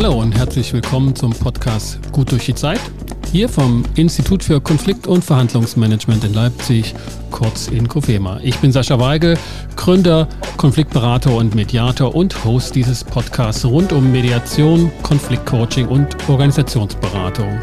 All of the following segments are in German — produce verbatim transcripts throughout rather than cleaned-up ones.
Hallo und herzlich willkommen zum Podcast Gut durch die Zeit. Hier vom Institut für Konflikt- und Verhandlungsmanagement in Leipzig, kurz InCOFEMA. Ich bin Sascha Weigel, Gründer, Konfliktberater und Mediator und Host dieses Podcasts rund um Mediation, Konfliktcoaching und Organisationsberatung.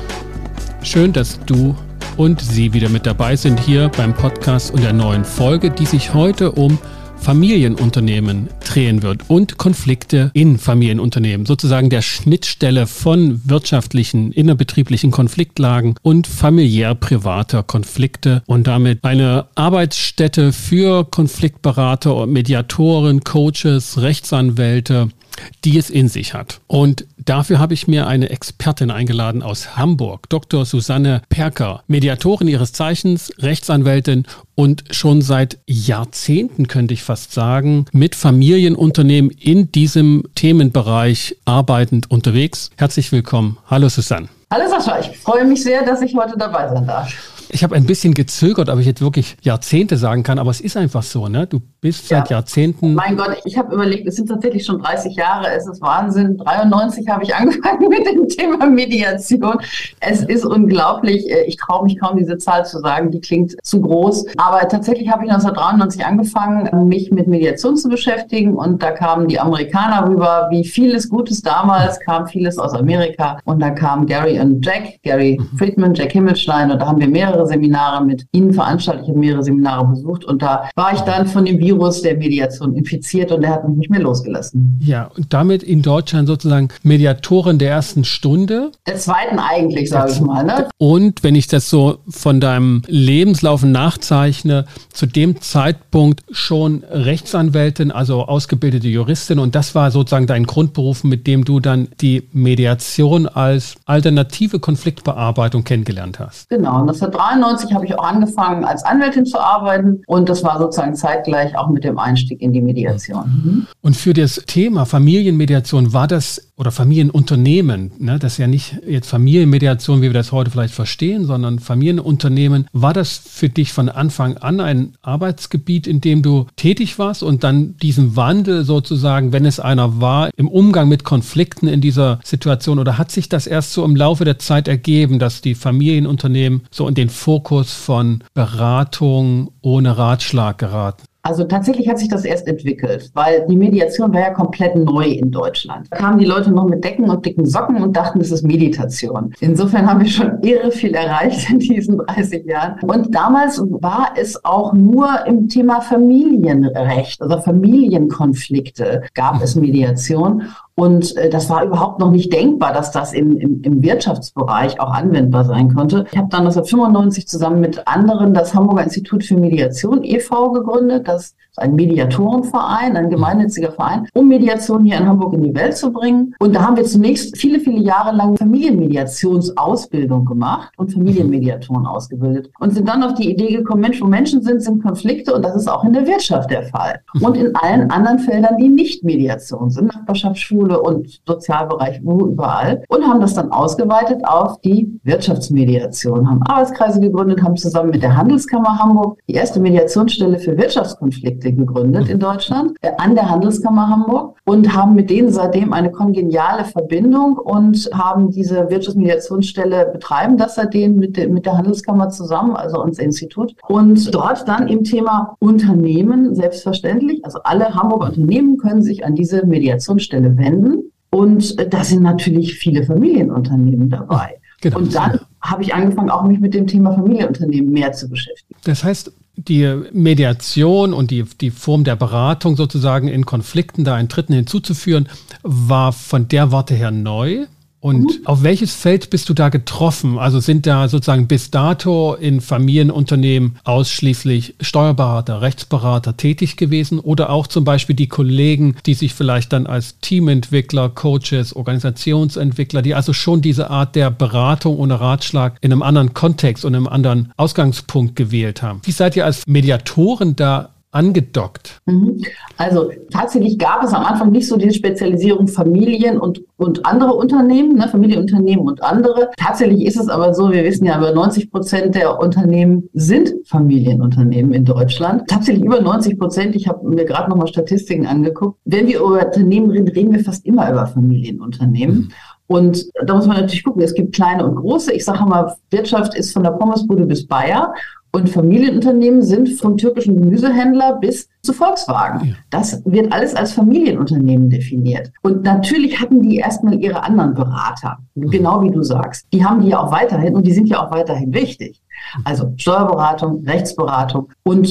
Schön, dass du und Sie wieder mit dabei sind hier beim Podcast und der neuen Folge, die sich heute um Familienunternehmen drehen wird und Konflikte in Familienunternehmen, sozusagen der Schnittstelle von wirtschaftlichen, innerbetrieblichen Konfliktlagen und familiär-privater Konflikte und damit eine Arbeitsstätte für Konfliktberater und Mediatoren, Coaches, Rechtsanwälte, die es in sich hat. Und dafür habe ich mir eine Expertin eingeladen aus Hamburg, Doktor Susanne Perker, Mediatorin ihres Zeichens, Rechtsanwältin und schon seit Jahrzehnten, könnte ich fast sagen, mit Familienunternehmen in diesem Themenbereich arbeitend unterwegs. Herzlich willkommen. Hallo Susanne. Hallo Sascha, ich freue mich sehr, dass ich heute dabei sein darf. Ich habe ein bisschen gezögert, ob ich jetzt wirklich Jahrzehnte sagen kann, aber es ist einfach so, ne? Du bist ja. seit Jahrzehnten... Mein Gott, ich habe überlegt, es sind tatsächlich schon dreißig Jahre, es ist Wahnsinn. dreiundneunzig habe ich angefangen mit dem Thema Mediation. Es ist unglaublich, ich traue mich kaum, diese Zahl zu sagen, die klingt zu groß. Aber tatsächlich habe ich neunzehnhundertdreiundneunzig angefangen, mich mit Mediation zu beschäftigen und da kamen die Amerikaner rüber, wie vieles Gutes damals, kam vieles aus Amerika und da kamen Gary und Jack, Gary mhm. Friedman, Jack Himmelstein und da haben wir mehrere Seminare mit ihnen veranstaltet. Ich habe mehrere Seminare besucht und da war ich dann von dem Virus der Mediation infiziert und der hat mich nicht mehr losgelassen. Ja, und damit in Deutschland sozusagen Mediatorin der ersten Stunde. Der zweiten eigentlich, sage ich mal. Ne? Und wenn ich das so von deinem Lebenslauf nachzeichne, zu dem Zeitpunkt schon Rechtsanwältin, also ausgebildete Juristin und das war sozusagen dein Grundberuf, mit dem du dann die Mediation als alternative Konfliktbearbeitung kennengelernt hast. Genau, und neunzehnhundertdreiundneunzig habe ich auch angefangen, als Anwältin zu arbeiten und das war sozusagen zeitgleich auch mit dem Einstieg in die Mediation. Mhm. Und für das Thema Familienmediation war das, oder Familienunternehmen, ne, das ist ja nicht jetzt Familienmediation, wie wir das heute vielleicht verstehen, sondern Familienunternehmen, war das für dich von Anfang an ein Arbeitsgebiet, in dem du tätig warst und dann diesen Wandel sozusagen, wenn es einer war, im Umgang mit Konflikten in dieser Situation, oder hat sich das erst so im Laufe der Zeit ergeben, dass die Familienunternehmen so in den Fokus von Beratung ohne Ratschlag geraten? Also tatsächlich hat sich das erst entwickelt, weil die Mediation war ja komplett neu in Deutschland. Da kamen die Leute noch mit Decken und dicken Socken und dachten, es ist Meditation. Insofern haben wir schon irre viel erreicht in diesen dreißig Jahren. Und damals war es auch nur im Thema Familienrecht, also Familienkonflikte gab es Mediation. Und äh, das war überhaupt noch nicht denkbar, dass das im, im, im Wirtschaftsbereich auch anwendbar sein konnte. Ich habe dann neunzehnhundertfünfundneunzig zusammen mit anderen das Hamburger Institut für Mediation e V gegründet. Das ist ein Mediatorenverein, ein gemeinnütziger Verein, um Mediation hier in Hamburg in die Welt zu bringen. Und da haben wir zunächst viele, viele Jahre lang Familienmediationsausbildung gemacht und Familienmediatoren ausgebildet. Und sind dann auf die Idee gekommen, Mensch, wo Menschen sind, sind Konflikte und das ist auch in der Wirtschaft der Fall. Und in allen anderen Feldern, die nicht Mediation sind, Nachbarschaft, Schule und Sozialbereich, überall. Und haben das dann ausgeweitet auf die Wirtschaftsmediation. Haben Arbeitskreise gegründet, haben zusammen mit der Handelskammer Hamburg die erste Mediationsstelle für Wirtschaftskonflikte gegründet in Deutschland, äh, an der Handelskammer Hamburg und haben mit denen seitdem eine kongeniale Verbindung und haben diese Wirtschaftsmediationsstelle, betreiben das seitdem mit, de, mit der Handelskammer zusammen, also unser Institut. Und dort dann im Thema Unternehmen selbstverständlich, also alle Hamburger Unternehmen können sich an diese Mediationsstelle wenden. Und da sind natürlich viele Familienunternehmen dabei. Genau. Und dann habe ich angefangen, auch mich mit dem Thema Familienunternehmen mehr zu beschäftigen. Das heißt, die Mediation und die, die Form der Beratung sozusagen in Konflikten da einen Dritten hinzuzuführen, war von der Warte her neu. Und mhm. auf welches Feld bist du da getroffen? Also sind da sozusagen bis dato in Familienunternehmen ausschließlich Steuerberater, Rechtsberater tätig gewesen oder auch zum Beispiel die Kollegen, die sich vielleicht dann als Teamentwickler, Coaches, Organisationsentwickler, die also schon diese Art der Beratung ohne Ratschlag in einem anderen Kontext und einem anderen Ausgangspunkt gewählt haben? Wie seid ihr als Mediatoren da angedockt? Also tatsächlich gab es am Anfang nicht so diese Spezialisierung Familien und, und andere Unternehmen, ne, Familienunternehmen und andere. Tatsächlich ist es aber so, wir wissen ja, über neunzig Prozent der Unternehmen sind Familienunternehmen in Deutschland. Tatsächlich über neunzig Prozent, ich habe mir gerade nochmal Statistiken angeguckt. Wenn wir über Unternehmen reden, reden wir fast immer über Familienunternehmen. Mhm. Und da muss man natürlich gucken, es gibt kleine und große. Ich sage mal, Wirtschaft ist von der Pommesbude bis Bayer. Und Familienunternehmen sind vom türkischen Gemüsehändler bis zu Volkswagen. Ja. Das wird alles als Familienunternehmen definiert. Und natürlich hatten die erstmal ihre anderen Berater, mhm. genau wie du sagst. Die haben die ja auch weiterhin und die sind ja auch weiterhin wichtig. Also Steuerberatung, Rechtsberatung und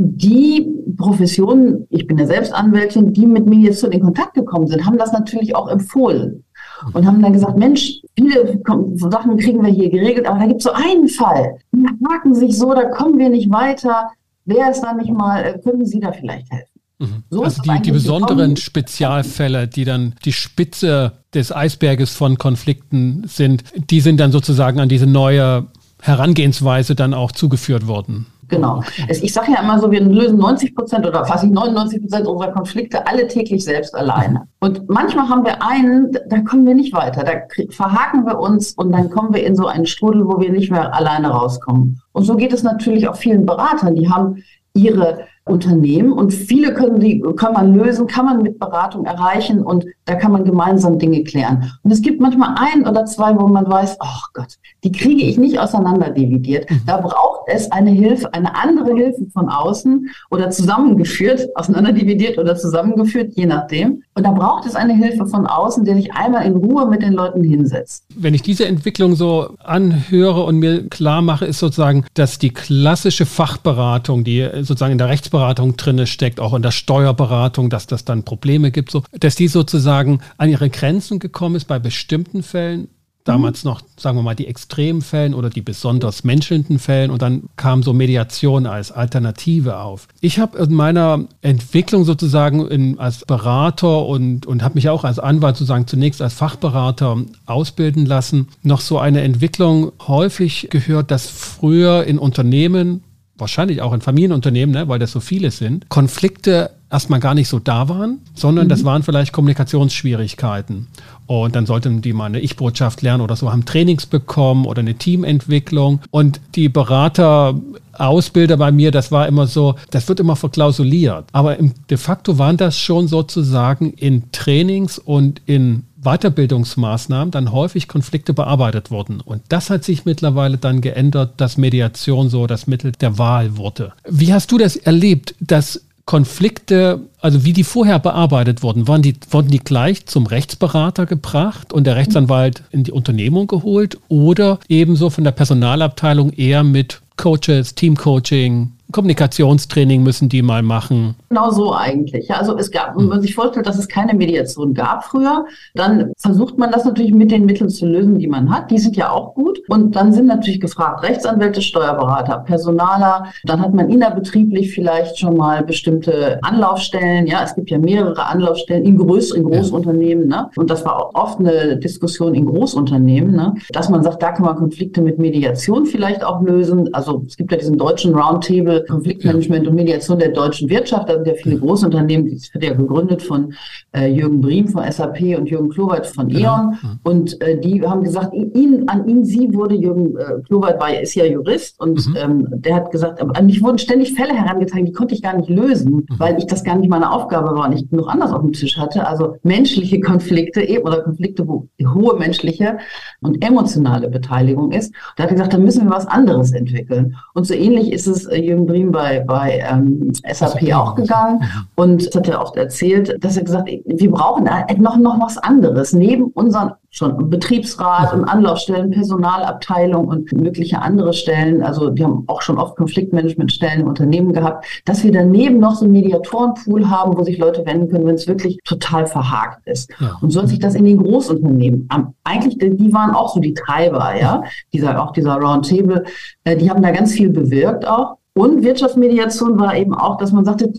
die Professionen, ich bin ja selbst Anwältin, die mit mir jetzt so in Kontakt gekommen sind, haben das natürlich auch empfohlen. Und haben dann gesagt, Mensch, viele Sachen kriegen wir hier geregelt, aber da gibt es so einen Fall, die haken sich so, da kommen wir nicht weiter. Wer ist da nicht mal, können Sie da vielleicht helfen? Mhm. So also die, die besonderen gekommen. Spezialfälle, die dann die Spitze des Eisberges von Konflikten sind, die sind dann sozusagen an diese neue Herangehensweise dann auch zugeführt worden. Genau. Ich sage ja immer so, wir lösen neunzig Prozent oder fast neunundneunzig Prozent unserer Konflikte alle täglich selbst alleine. Und manchmal haben wir einen, da kommen wir nicht weiter. Da verhaken wir uns und dann kommen wir in so einen Strudel, wo wir nicht mehr alleine rauskommen. Und so geht es natürlich auch vielen Beratern. Die haben ihre Unternehmen und viele können die kann man lösen, kann man mit Beratung erreichen und da kann man gemeinsam Dinge klären. Und es gibt manchmal ein oder zwei, wo man weiß, oh Gott, die kriege ich nicht auseinanderdividiert. Da braucht es eine Hilfe, eine andere Hilfe von außen oder zusammengeführt, auseinanderdividiert oder zusammengeführt, je nachdem. Und da braucht es eine Hilfe von außen, der sich einmal in Ruhe mit den Leuten hinsetzt. Wenn ich diese Entwicklung so anhöre und mir klar mache, ist sozusagen, dass die klassische Fachberatung, die sozusagen in der Rechtsberatung drin steckt, auch in der Steuerberatung, dass das dann Probleme gibt, so, dass die sozusagen an ihre Grenzen gekommen ist bei bestimmten Fällen. Damals noch, sagen wir mal, die extremen Fällen oder die besonders menschelnden Fällen und dann kam so Mediation als Alternative auf. Ich habe in meiner Entwicklung sozusagen in, als Berater und, und habe mich auch als Anwalt sozusagen zunächst als Fachberater ausbilden lassen, noch so eine Entwicklung häufig gehört, dass früher in Unternehmen, wahrscheinlich auch in Familienunternehmen, ne, weil das so viele sind, Konflikte erstmal gar nicht so da waren, sondern mhm. das waren vielleicht Kommunikationsschwierigkeiten. Und dann sollten die mal eine Ich-Botschaft lernen oder so, haben Trainings bekommen oder eine Teamentwicklung. Und die Berater, Ausbilder bei mir, das war immer so, das wird immer verklausuliert. Aber im, de facto waren das schon sozusagen in Trainings und in Weiterbildungsmaßnahmen dann häufig Konflikte bearbeitet wurden. Und das hat sich mittlerweile dann geändert, dass Mediation so das Mittel der Wahl wurde. Wie hast du das erlebt, dass Konflikte, also wie die vorher bearbeitet wurden, waren die, wurden die gleich zum Rechtsberater gebracht und der Rechtsanwalt in die Unternehmung geholt oder ebenso von der Personalabteilung eher mit Coaches, Teamcoaching, Kommunikationstraining müssen die mal machen? Genau so eigentlich. Ja, also es gab, wenn man sich vorstellt, dass es keine Mediation gab früher, dann versucht man das natürlich mit den Mitteln zu lösen, die man hat. Die sind ja auch gut. Und dann sind natürlich gefragt Rechtsanwälte, Steuerberater, Personaler. Dann hat man innerbetrieblich vielleicht schon mal bestimmte Anlaufstellen. Ja, es gibt ja mehrere Anlaufstellen in, Groß, in Großunternehmen. Ne? Und das war auch oft eine Diskussion in Großunternehmen, ne? Dass man sagt, da kann man Konflikte mit Mediation vielleicht auch lösen. Also es gibt ja diesen deutschen Roundtable Konfliktmanagement und Mediation der deutschen Wirtschaft. Da sind ja viele Großunternehmen, das wird ja gegründet von äh, Jürgen Briem von S A P und Jürgen Klowert von E O N. Mhm. Und äh, die haben gesagt, ihn, an ihn, sie wurde, Jürgen äh, Klowert war, ist ja Jurist und mhm. ähm, der hat gesagt, aber an mich wurden ständig Fälle herangetragen, die konnte ich gar nicht lösen, mhm. weil ich das gar nicht meine Aufgabe war und ich noch anders auf dem Tisch hatte. Also menschliche Konflikte oder Konflikte, wo hohe menschliche und emotionale Beteiligung ist. Und da hat er gesagt, da müssen wir was anderes entwickeln. Und so ähnlich ist es äh, Jürgen Briem bei, bei ähm, S A P auch gegangen und das hat er auch erzählt, dass er gesagt hat, wir brauchen noch, noch was anderes, neben unseren schon Betriebsrat und Anlaufstellen, Personalabteilung und mögliche andere Stellen, also die haben auch schon oft Konfliktmanagementstellen im Unternehmen gehabt, dass wir daneben noch so einen Mediatorenpool haben, wo sich Leute wenden können, wenn es wirklich total verhakt ist. Ja. Und so hat sich das in den Großunternehmen, eigentlich, die waren auch so die Treiber, ja, dieser, auch dieser Roundtable, die haben da ganz viel bewirkt auch. Und Wirtschaftsmediation war eben auch, dass man sagte,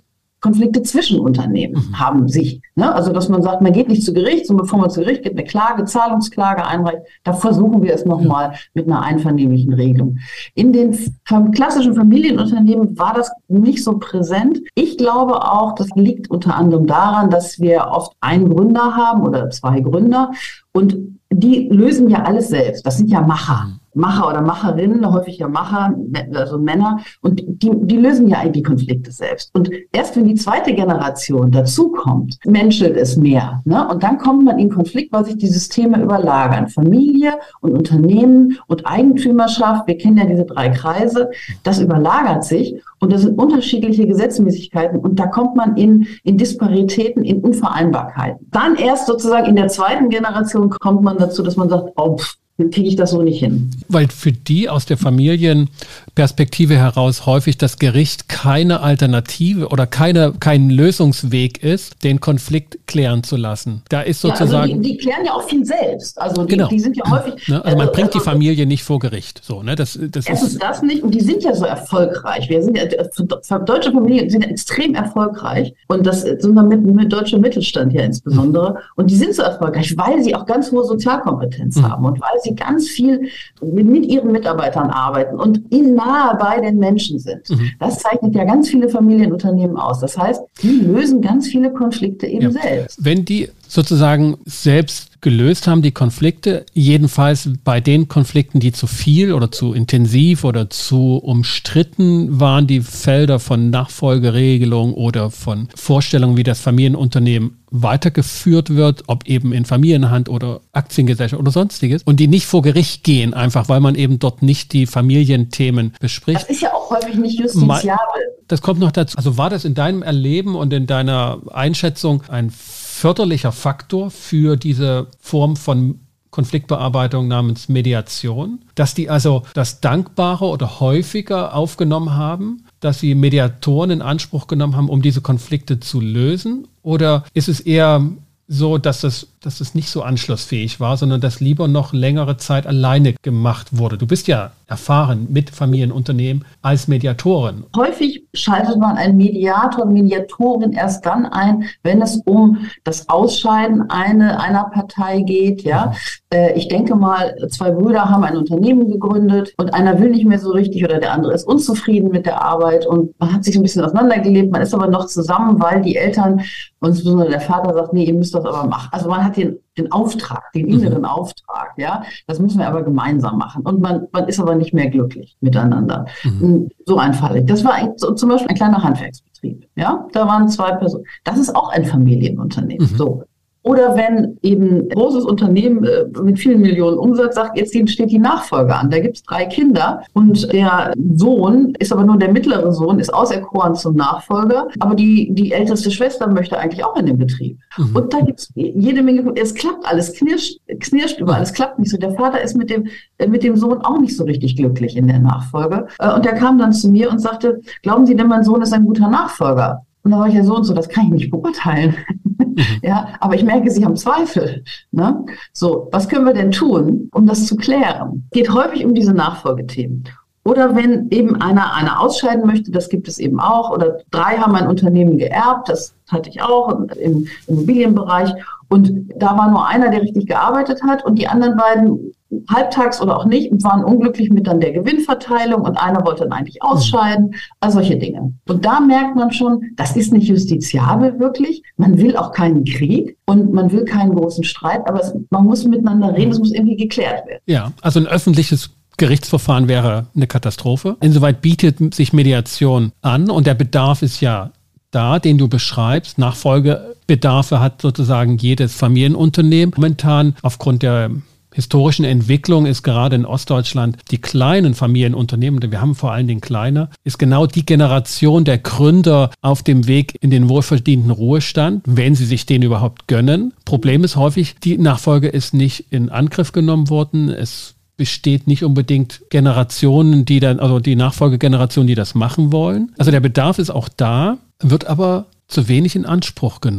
Konflikte zwischen Unternehmen mhm. haben sich. Ne? Also, dass man sagt, man geht nicht zu Gericht, und bevor man zu Gericht geht, eine Klage, Zahlungsklage einreicht, da versuchen wir es nochmal ja. mit einer einvernehmlichen Regelung. In den klassischen Familienunternehmen war das nicht so präsent. Ich glaube auch, das liegt unter anderem daran, dass wir oft einen Gründer haben oder zwei Gründer und die lösen ja alles selbst. Das sind ja Macher. Macher oder Macherinnen, häufig ja Macher, also Männer, und die, die lösen ja die Konflikte selbst. Und erst wenn die zweite Generation dazukommt, menschelt es mehr. Ne? Und dann kommt man in Konflikt, weil sich die Systeme überlagern. Familie und Unternehmen und Eigentümerschaft, wir kennen ja diese drei Kreise, das überlagert sich und das sind unterschiedliche Gesetzmäßigkeiten und da kommt man in, in Disparitäten, in Unvereinbarkeiten. Dann erst sozusagen in der zweiten Generation kommt man dazu, dass man sagt, oh, pff, dann kriege ich das so nicht hin. Weil für die aus der Familienperspektive heraus häufig das Gericht keine Alternative oder keine, kein Lösungsweg ist, den Konflikt klären zu lassen. Da ist sozusagen... Ja, also die, die klären ja auch viel selbst. Also die, genau. die sind ja häufig... Ne? Also man äh, bringt die also, Familie nicht vor Gericht. So, ne? das, das Erstens ist das nicht und die sind ja so erfolgreich. Wir sind ja, deutsche Familien sind ja extrem erfolgreich und das sind wir mit, mit deutscher Mittelstand ja insbesondere. Mhm. Und die sind so erfolgreich, weil sie auch ganz hohe Sozialkompetenz mhm. haben und weil sie ganz viel mit ihren Mitarbeitern arbeiten und in nahe bei den Menschen sind. Mhm. Das zeichnet ja ganz viele Familienunternehmen aus. Das heißt, die lösen ganz viele Konflikte eben ja. selbst. Wenn die sozusagen selbst gelöst haben, die Konflikte, jedenfalls bei den Konflikten, die zu viel oder zu intensiv oder zu umstritten waren, die Felder von Nachfolgeregelung oder von Vorstellungen, wie das Familienunternehmen weitergeführt wird, ob eben in Familienhand oder Aktiengesellschaft oder sonstiges, und die nicht vor Gericht gehen, einfach weil man eben dort nicht die Familienthemen bespricht. Das ist ja auch häufig nicht justiziabel. Das kommt noch dazu. Also war das in deinem Erleben und in deiner Einschätzung ein förderlicher Faktor für diese Form von Konfliktbearbeitung namens Mediation, dass die also das Dankbare oder häufiger aufgenommen haben, dass sie Mediatoren in Anspruch genommen haben, um diese Konflikte zu lösen? Oder ist es eher so, dass das, dass das nicht so anschlussfähig war, sondern dass lieber noch längere Zeit alleine gemacht wurde? Du bist ja erfahren mit Familienunternehmen als Mediatorin. Häufig schaltet man einen Mediator, Mediatorin erst dann ein, wenn es um das Ausscheiden eine, einer Partei geht. Ja, mhm. äh, ich denke mal, zwei Brüder haben ein Unternehmen gegründet und einer will nicht mehr so richtig oder der andere ist unzufrieden mit der Arbeit und man hat sich ein bisschen auseinandergelebt, man ist aber noch zusammen, weil die Eltern, und insbesondere der Vater sagt, nee, ihr müsst das aber machen. Also man hat den den Auftrag, den inneren mhm. Auftrag, ja, das müssen wir aber gemeinsam machen. Und man, man ist aber nicht mehr glücklich miteinander. Mhm. So einfallend. Das war ein, so, zum Beispiel ein kleiner Handwerksbetrieb, ja, da waren zwei Personen. Das ist auch ein Familienunternehmen, mhm. so. Oder wenn eben ein großes Unternehmen äh, mit vielen Millionen Umsatz sagt, jetzt steht die Nachfolge an. Da gibt es drei Kinder und der Sohn ist aber nur der mittlere Sohn, ist auserkoren zum Nachfolger. Aber die, die älteste Schwester möchte eigentlich auch in den Betrieb. Mhm. Und da gibt es jede Menge, es klappt alles, knirscht, knirscht überall, es klappt nicht so. Der Vater ist mit dem, äh, mit dem Sohn auch nicht so richtig glücklich in der Nachfolge. Äh, und der kam dann zu mir und sagte, glauben Sie denn, mein Sohn ist ein guter Nachfolger? Und da war ich ja so und so, das kann ich nicht beurteilen. Mhm. Ja, aber ich merke, Sie haben Zweifel. Ne? So, was können wir denn tun, um das zu klären? Es geht häufig um diese Nachfolgethemen. Oder wenn eben einer, einer ausscheiden möchte, das gibt es eben auch. Oder drei haben ein Unternehmen geerbt, das hatte ich auch im Immobilienbereich. Und da war nur einer, der richtig gearbeitet hat und die anderen beiden halbtags oder auch nicht, waren unglücklich mit dann der Gewinnverteilung und einer wollte dann eigentlich ausscheiden, also solche Dinge. Und da merkt man schon, das ist nicht justiziabel wirklich, man will auch keinen Krieg und man will keinen großen Streit, aber es, man muss miteinander reden, es muss irgendwie geklärt werden. Ja, also ein öffentliches Gerichtsverfahren wäre eine Katastrophe. Insoweit bietet sich Mediation an und der Bedarf ist ja da, den du beschreibst. Nachfolgebedarfe hat sozusagen jedes Familienunternehmen. Momentan aufgrund der historischen Entwicklung ist gerade in Ostdeutschland die kleinen Familienunternehmen, wir haben vor allen Dingen kleine, ist genau die Generation der Gründer auf dem Weg in den wohlverdienten Ruhestand, wenn sie sich den überhaupt gönnen. Problem ist häufig, die Nachfolge ist nicht in Angriff genommen worden. Es besteht nicht unbedingt Generationen, die dann, also die Nachfolgegenerationen, die das machen wollen. Also der Bedarf ist auch da, wird aber zu wenig in Anspruch genommen.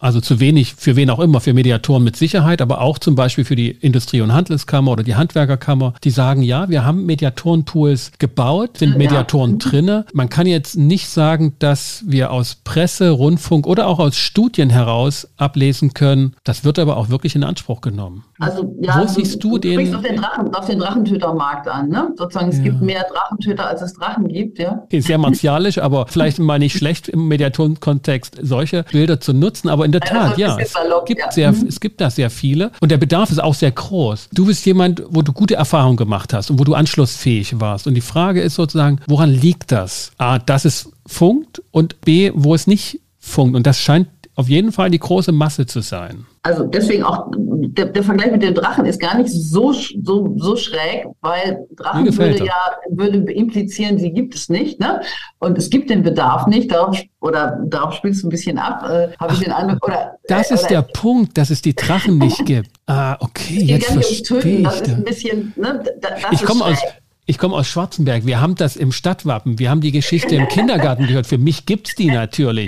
Also zu wenig, für wen auch immer, für Mediatoren mit Sicherheit, aber auch zum Beispiel für die Industrie- und Handelskammer oder die Handwerkerkammer, die sagen, ja, wir haben Mediatorenpools gebaut, sind Mediatoren ja. drinne. Man kann jetzt nicht sagen, dass wir aus Presse, Rundfunk oder auch aus Studien heraus ablesen können. Das wird aber auch wirklich in Anspruch genommen. Also ja, wo siehst du, du den? sprichst auf den, Drachen, auf den Drachentötermarkt an, ne? Sozusagen, es ja. gibt mehr Drachentöter, als es Drachen gibt, ja. Okay, sehr martialisch, aber vielleicht mal nicht schlecht im Mediatorenkontext solche Bilder zu nutzen, aber in der Tat, ja, es gibt, ja. Sehr, mhm. es gibt da sehr viele und der Bedarf ist auch sehr groß. Du bist jemand, wo du gute Erfahrungen gemacht hast und wo du anschlussfähig warst und die Frage ist sozusagen, woran liegt das? A, dass es funkt und B, wo es nicht funkt und das scheint auf jeden Fall die große Masse zu sein. Also deswegen auch, der, der Vergleich mit den Drachen ist gar nicht so, so, so schräg, weil Drachen würde ja würde implizieren, sie gibt es nicht, ne? Und es gibt den Bedarf nicht, darauf, oder darauf spielst du ein bisschen ab, äh, habe ich den Eindruck. Oder, das äh, ist oder, der Punkt, dass es die Drachen nicht gibt. Ah, okay, jetzt verstehe ich. Das ist ein bisschen, ne? Das ich komme aus... Ich komme aus Schwarzenberg. Wir haben das im Stadtwappen. Wir haben die Geschichte im Kindergarten gehört. Für mich gibt's die natürlich.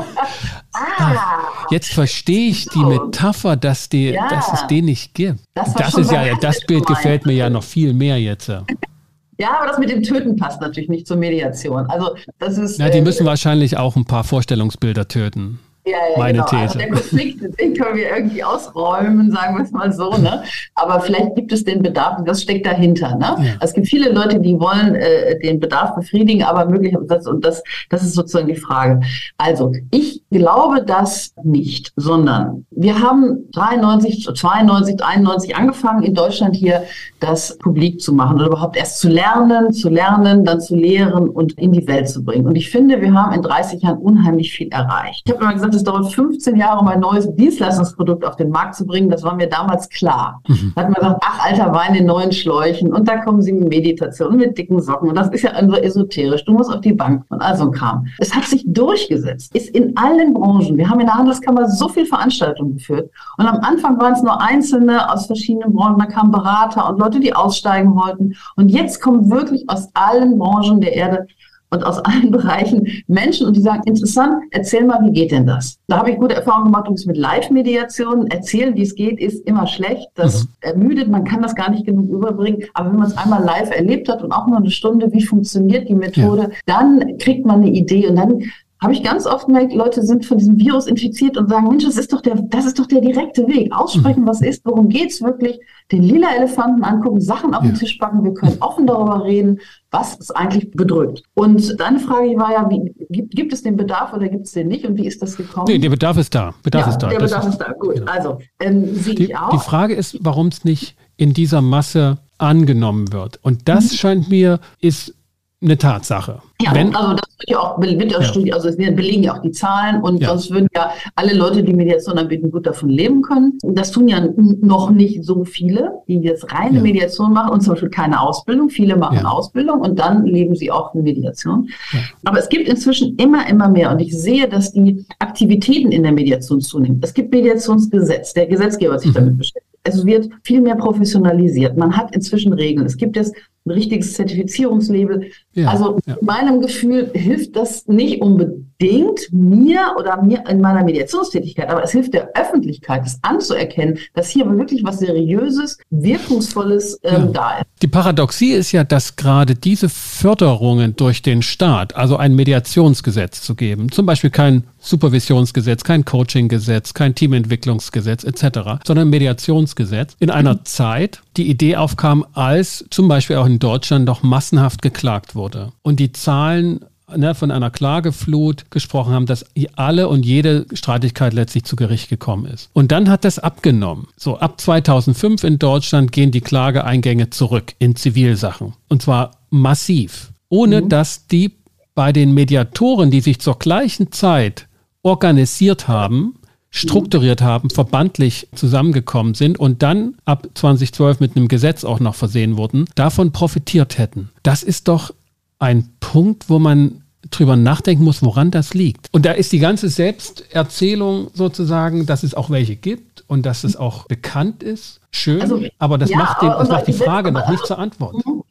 ah, jetzt verstehe ich die Metapher, dass, die, ja. dass es den nicht gibt. Das, das ist ja, das Bild gemeint. Gefällt mir ja noch viel mehr jetzt. Ja, aber das mit dem Töten passt natürlich nicht zur Mediation. Also das ist. Na, die müssen äh, wahrscheinlich auch ein paar Vorstellungsbilder töten. Ja, ja, meine genau. These. Also der Konflikt, den können wir irgendwie ausräumen, sagen wir es mal so. Ne? Aber vielleicht gibt es den Bedarf, das steckt dahinter. Ne? Ja. Es gibt viele Leute, die wollen äh, den Bedarf befriedigen, aber möglicherweise, und das, das ist sozusagen die Frage. Also, ich glaube das nicht, sondern wir haben dreiundneunzig, zweiundneunzig, einundneunzig angefangen, in Deutschland hier das publik zu machen oder überhaupt erst zu lernen, zu lernen, dann zu lehren und in die Welt zu bringen. Und ich finde, wir haben in dreißig Jahren unheimlich viel erreicht. Ich habe immer gesagt, es dauert fünfzehn Jahre, um ein neues Dienstleistungsprodukt auf den Markt zu bringen. Das war mir damals klar. Mhm. Da hat man gesagt, ach, alter Wein in neuen Schläuchen. Und da kommen sie mit Meditation, mit dicken Socken. Und das ist ja einfach esoterisch. Du musst auf die Bank und all so ein Kram. Es hat sich durchgesetzt. Ist in allen Branchen. Wir haben in der Handelskammer so viel Veranstaltungen geführt. Und am Anfang waren es nur Einzelne aus verschiedenen Branchen. Da kamen Berater und Leute, die aussteigen wollten. Und jetzt kommen wirklich aus allen Branchen der Erde und aus allen Bereichen Menschen und die sagen, interessant, erzähl mal, wie geht denn das? Da habe ich gute Erfahrungen gemacht, übrigens mit Live-Mediationen. Erzählen, wie es geht, ist immer schlecht. Das mhm. ermüdet, man kann das gar nicht genug überbringen. Aber wenn man es einmal live erlebt hat und auch nur eine Stunde, wie funktioniert die Methode, ja. dann kriegt man eine Idee und dann habe ich ganz oft gemerkt, Leute sind von diesem Virus infiziert und sagen, Mensch, das ist doch der, das ist doch der direkte Weg. Aussprechen, was ist, worum geht's wirklich? Den lila Elefanten angucken, Sachen auf den ja. Tisch packen. Wir können offen darüber reden, was es eigentlich bedrückt. Und deine Frage war ja, wie, gibt, gibt es den Bedarf oder gibt es den nicht? Und wie ist das gekommen? Nee, der Bedarf ist da. Bedarf ja, ist da. Der das Bedarf ist, ist da. Gut, genau. Also ähm, sehe ich auch. Die Frage ist, warum es nicht in dieser Masse angenommen wird. Und das mhm. scheint mir, ist eine Tatsache. Ja, Wenn, also das wird ja auch, wird ja. Studie, also es belegen ja auch die Zahlen und ja. sonst würden ja alle Leute, die Mediation anbieten, gut davon leben können. Das tun ja noch nicht so viele, die jetzt reine ja. Mediation machen und zum Beispiel keine Ausbildung. Viele machen ja. Ausbildung und dann leben sie auch in Mediation. Ja. Aber es gibt inzwischen immer, immer mehr und ich sehe, dass die Aktivitäten in der Mediation zunehmen. Es gibt Mediationsgesetz, der Gesetzgeber hat sich mhm. damit beschäftigt. Es wird viel mehr professionalisiert. Man hat inzwischen Regeln. Es gibt jetzt ein richtiges Zertifizierungslabel. Ja, also ja. in meinem Gefühl hilft das nicht unbedingt mir oder mir in meiner Mediationstätigkeit, aber es hilft der Öffentlichkeit, das anzuerkennen, dass hier wirklich was Seriöses, Wirkungsvolles ähm, ja. da ist. Die Paradoxie ist ja, dass gerade diese Förderungen durch den Staat, also ein Mediationsgesetz zu geben, zum Beispiel kein Supervisionsgesetz, kein Coachinggesetz, kein Teamentwicklungsgesetz et cetera, sondern ein Mediationsgesetz in einer mhm. Zeit, die Idee aufkam, als zum Beispiel auch in Deutschland noch massenhaft geklagt wurde. Und die Zahlen ne, von einer Klageflut gesprochen haben, dass alle und jede Streitigkeit letztlich zu Gericht gekommen ist. Und dann hat das abgenommen. So ab zweitausendfünf in Deutschland gehen die Klageeingänge zurück in Zivilsachen. Und zwar massiv. Ohne mhm. dass die bei den Mediatoren, die sich zur gleichen Zeit organisiert haben, strukturiert haben, verbandlich zusammengekommen sind und dann ab zweitausendzwölf mit einem Gesetz auch noch versehen wurden, davon profitiert hätten. Das ist doch ein Punkt, wo man drüber nachdenken muss, woran das liegt. Und da ist die ganze Selbsterzählung sozusagen, dass es auch welche gibt und dass es auch bekannt ist, schön, also, aber das, ja, macht, den, das macht die Frage noch nicht zur Antwort.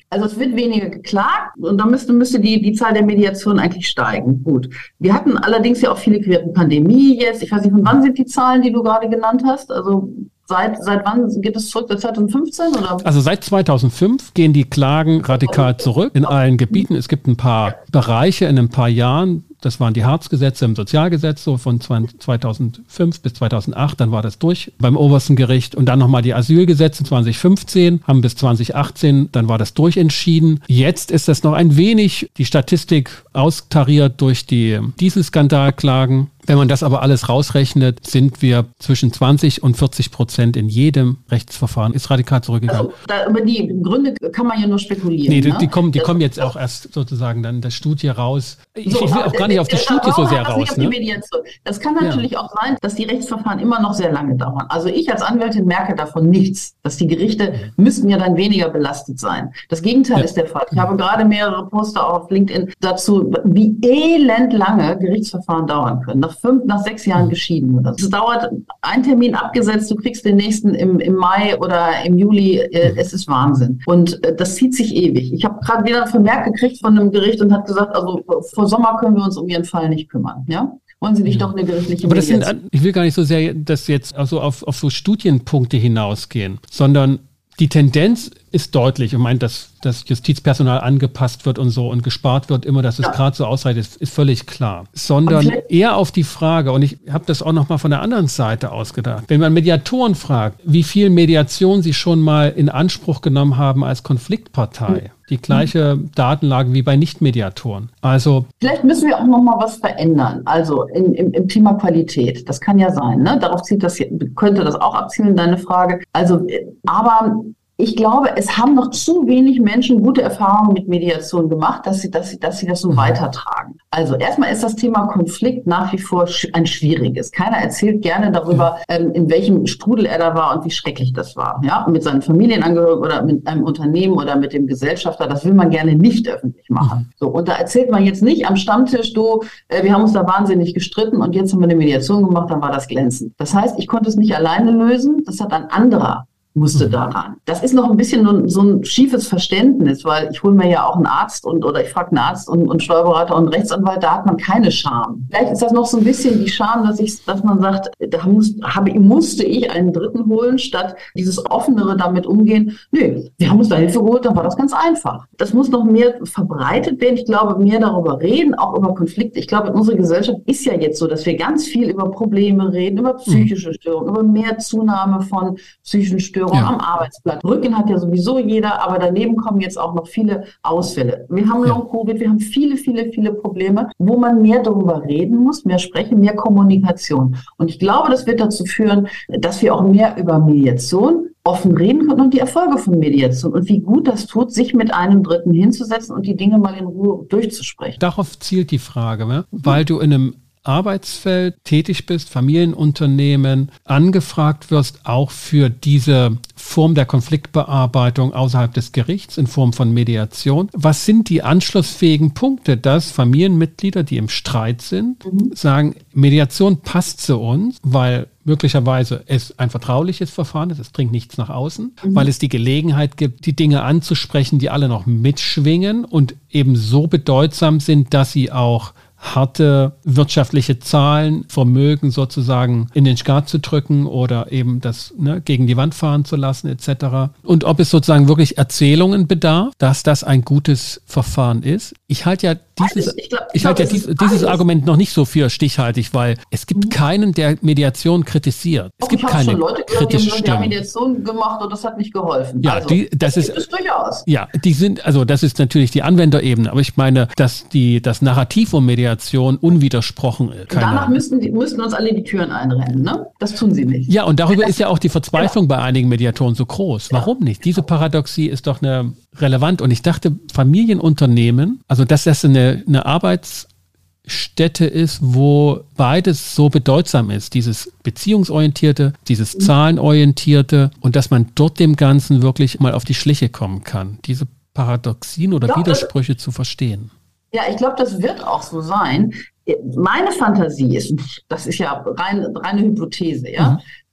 Also es wird weniger geklagt und dann müsste, müsste die, die Zahl der Mediationen eigentlich steigen. Gut. Wir hatten allerdings ja auch viele Pandemie jetzt. Ich weiß nicht, von wann sind die Zahlen, die du gerade genannt hast? Also Seit, seit wann geht es zurück? Seit zwanzig fünfzehn? Oder? Also seit zweitausendfünf gehen die Klagen radikal zurück in allen Gebieten. Es gibt ein paar Bereiche in ein paar Jahren. Das waren die Harzgesetze im Sozialgesetz, so von zweitausendfünf bis zweitausendacht, dann war das durch beim obersten Gericht. Und dann nochmal die Asylgesetze zwanzig fünfzehn, haben bis zwanzig achtzehn, dann war das durchentschieden. Jetzt ist das noch ein wenig, die Statistik austariert durch die Dieselskandalklagen. Wenn man das aber alles rausrechnet, sind wir zwischen zwanzig und vierzig Prozent in jedem Rechtsverfahren, ist radikal zurückgegangen. Also, da, über die Gründe kann man ja nur spekulieren. Nee, die, ne? die kommen, die das, kommen jetzt auch erst sozusagen dann in der Studie raus. Ich, so, ich will auch gar nicht auf die der, Studie der, so sehr das raus. Ne? Ne? Das kann natürlich ja. auch sein, dass die Rechtsverfahren immer noch sehr lange dauern. Also ich als Anwältin merke davon nichts, dass die Gerichte müssten ja dann weniger belastet sein. Das Gegenteil ja. ist der Fall. Ich habe gerade mehrere Poster auf LinkedIn dazu, wie elend lange Gerichtsverfahren dauern können. Nach fünf, nach sechs Jahren geschieden oder so. Es dauert ein Termin abgesetzt, du kriegst den nächsten im, im Mai oder im Juli. Äh, es ist Wahnsinn. Und äh, das zieht sich ewig. Ich habe gerade wieder einen Vermerk gekriegt von einem Gericht und hat gesagt, also vor Sommer können wir uns um Ihren Fall nicht kümmern. Ja? Wollen Sie nicht ja. doch eine gerichtliche Aber das sind, ich will gar nicht so sehr das jetzt also auf, auf so Studienpunkte hinausgehen, sondern die Tendenz ist deutlich. Ich meine, dass das Justizpersonal angepasst wird und so und gespart wird, immer, dass es ja. gerade so ausreicht, ist, ist völlig klar. Sondern eher auf die Frage, und ich habe das auch nochmal von der anderen Seite ausgedacht, wenn man Mediatoren fragt, wie viel Mediation sie schon mal in Anspruch genommen haben als Konfliktpartei. Mhm. Die gleiche mhm. Datenlage wie bei Nicht-Mediatoren. Also vielleicht müssen wir auch noch mal was verändern. Also in, im, im Thema Qualität. Das kann ja sein. Ne? Darauf zieht das, könnte das auch abzielen, deine Frage. Also, aber ich glaube, es haben noch zu wenig Menschen gute Erfahrungen mit Mediation gemacht, dass sie, dass sie, dass sie das so weitertragen. Also erstmal ist das Thema Konflikt nach wie vor ein schwieriges. Keiner erzählt gerne darüber, ähm, in welchem Strudel er da war und wie schrecklich das war. Ja, mit seinen Familienangehörigen oder mit einem Unternehmen oder mit dem Gesellschafter. Das will man gerne nicht öffentlich machen. So, und da erzählt man jetzt nicht am Stammtisch, du, äh, wir haben uns da wahnsinnig gestritten und jetzt haben wir eine Mediation gemacht, dann war das glänzend. Das heißt, ich konnte es nicht alleine lösen. Das hat ein anderer musste daran. Das ist noch ein bisschen so ein schiefes Verständnis, weil ich hole mir ja auch einen Arzt und oder ich frage einen Arzt und, und Steuerberater und Rechtsanwalt, da hat man keine Scham. Vielleicht ist das noch so ein bisschen die Scham, dass ich, dass man sagt, da muss, habe, musste ich einen Dritten holen, statt dieses offenere damit umgehen. Nö, wir haben uns da Hilfe geholt, dann war das ganz einfach. Das muss noch mehr verbreitet werden. Ich glaube, mehr darüber reden, auch über Konflikte. Ich glaube, unsere Gesellschaft ist ja jetzt so, dass wir ganz viel über Probleme reden, über psychische Störungen, über mehr Zunahme von psychischen Störungen. Ja. Am Arbeitsplatz. Rücken hat ja sowieso jeder, aber daneben kommen jetzt auch noch viele Ausfälle. Wir haben ja. Long-Covid, wir haben viele, viele, viele Probleme, wo man mehr darüber reden muss, mehr sprechen, mehr Kommunikation. Und ich glaube, das wird dazu führen, dass wir auch mehr über Mediation offen reden können und die Erfolge von Mediation und wie gut das tut, sich mit einem Dritten hinzusetzen und die Dinge mal in Ruhe durchzusprechen. Darauf zielt die Frage, ne? Weil du in einem Arbeitsfeld tätig bist, Familienunternehmen, angefragt wirst, auch für diese Form der Konfliktbearbeitung außerhalb des Gerichts in Form von Mediation. Was sind die anschlussfähigen Punkte, dass Familienmitglieder, die im Streit sind, mhm. sagen, Mediation passt zu uns, weil möglicherweise es ein vertrauliches Verfahren ist, es dringt nichts nach außen, mhm. weil es die Gelegenheit gibt, die Dinge anzusprechen, die alle noch mitschwingen und eben so bedeutsam sind, dass sie auch harte wirtschaftliche Zahlen, Vermögen sozusagen in den Skat zu drücken oder eben das ne, gegen die Wand fahren zu lassen et cetera. Und ob es sozusagen wirklich Erzählungen bedarf, dass das ein gutes Verfahren ist. Ich halte ja dieses, ich glaub, ich ich halte ja dies, dieses Argument noch nicht so für stichhaltig, weil es gibt mhm. keinen, der Mediation kritisiert. Es Auch gibt ich keine schon Leute gehört, kritische die haben, die haben Mediation gemacht und das hat nicht geholfen. Ja, also, die, das, das ist es durchaus. Ja, die sind, also das ist natürlich die Anwenderebene, aber ich meine, dass die das Narrativ um Mediation unwidersprochen ist. Keine Danach müssten, die, müssten uns alle die Türen einrennen, ne? Das tun sie nicht. Ja, und darüber ist ja auch die Verzweiflung ja. bei einigen Mediatoren so groß. Warum ja. nicht? Diese Paradoxie ist doch eine relevant. Und ich dachte, Familienunternehmen, also dass das eine, eine Arbeitsstätte ist, wo beides so bedeutsam ist, dieses beziehungsorientierte, dieses mhm. zahlenorientierte und dass man dort dem Ganzen wirklich mal auf die Schliche kommen kann, diese Paradoxien oder ja, Widersprüche zu verstehen. Ja, ich glaube, das wird auch so sein. Meine Fantasie ist, das ist ja rein, reine Hypothese, ja, mhm.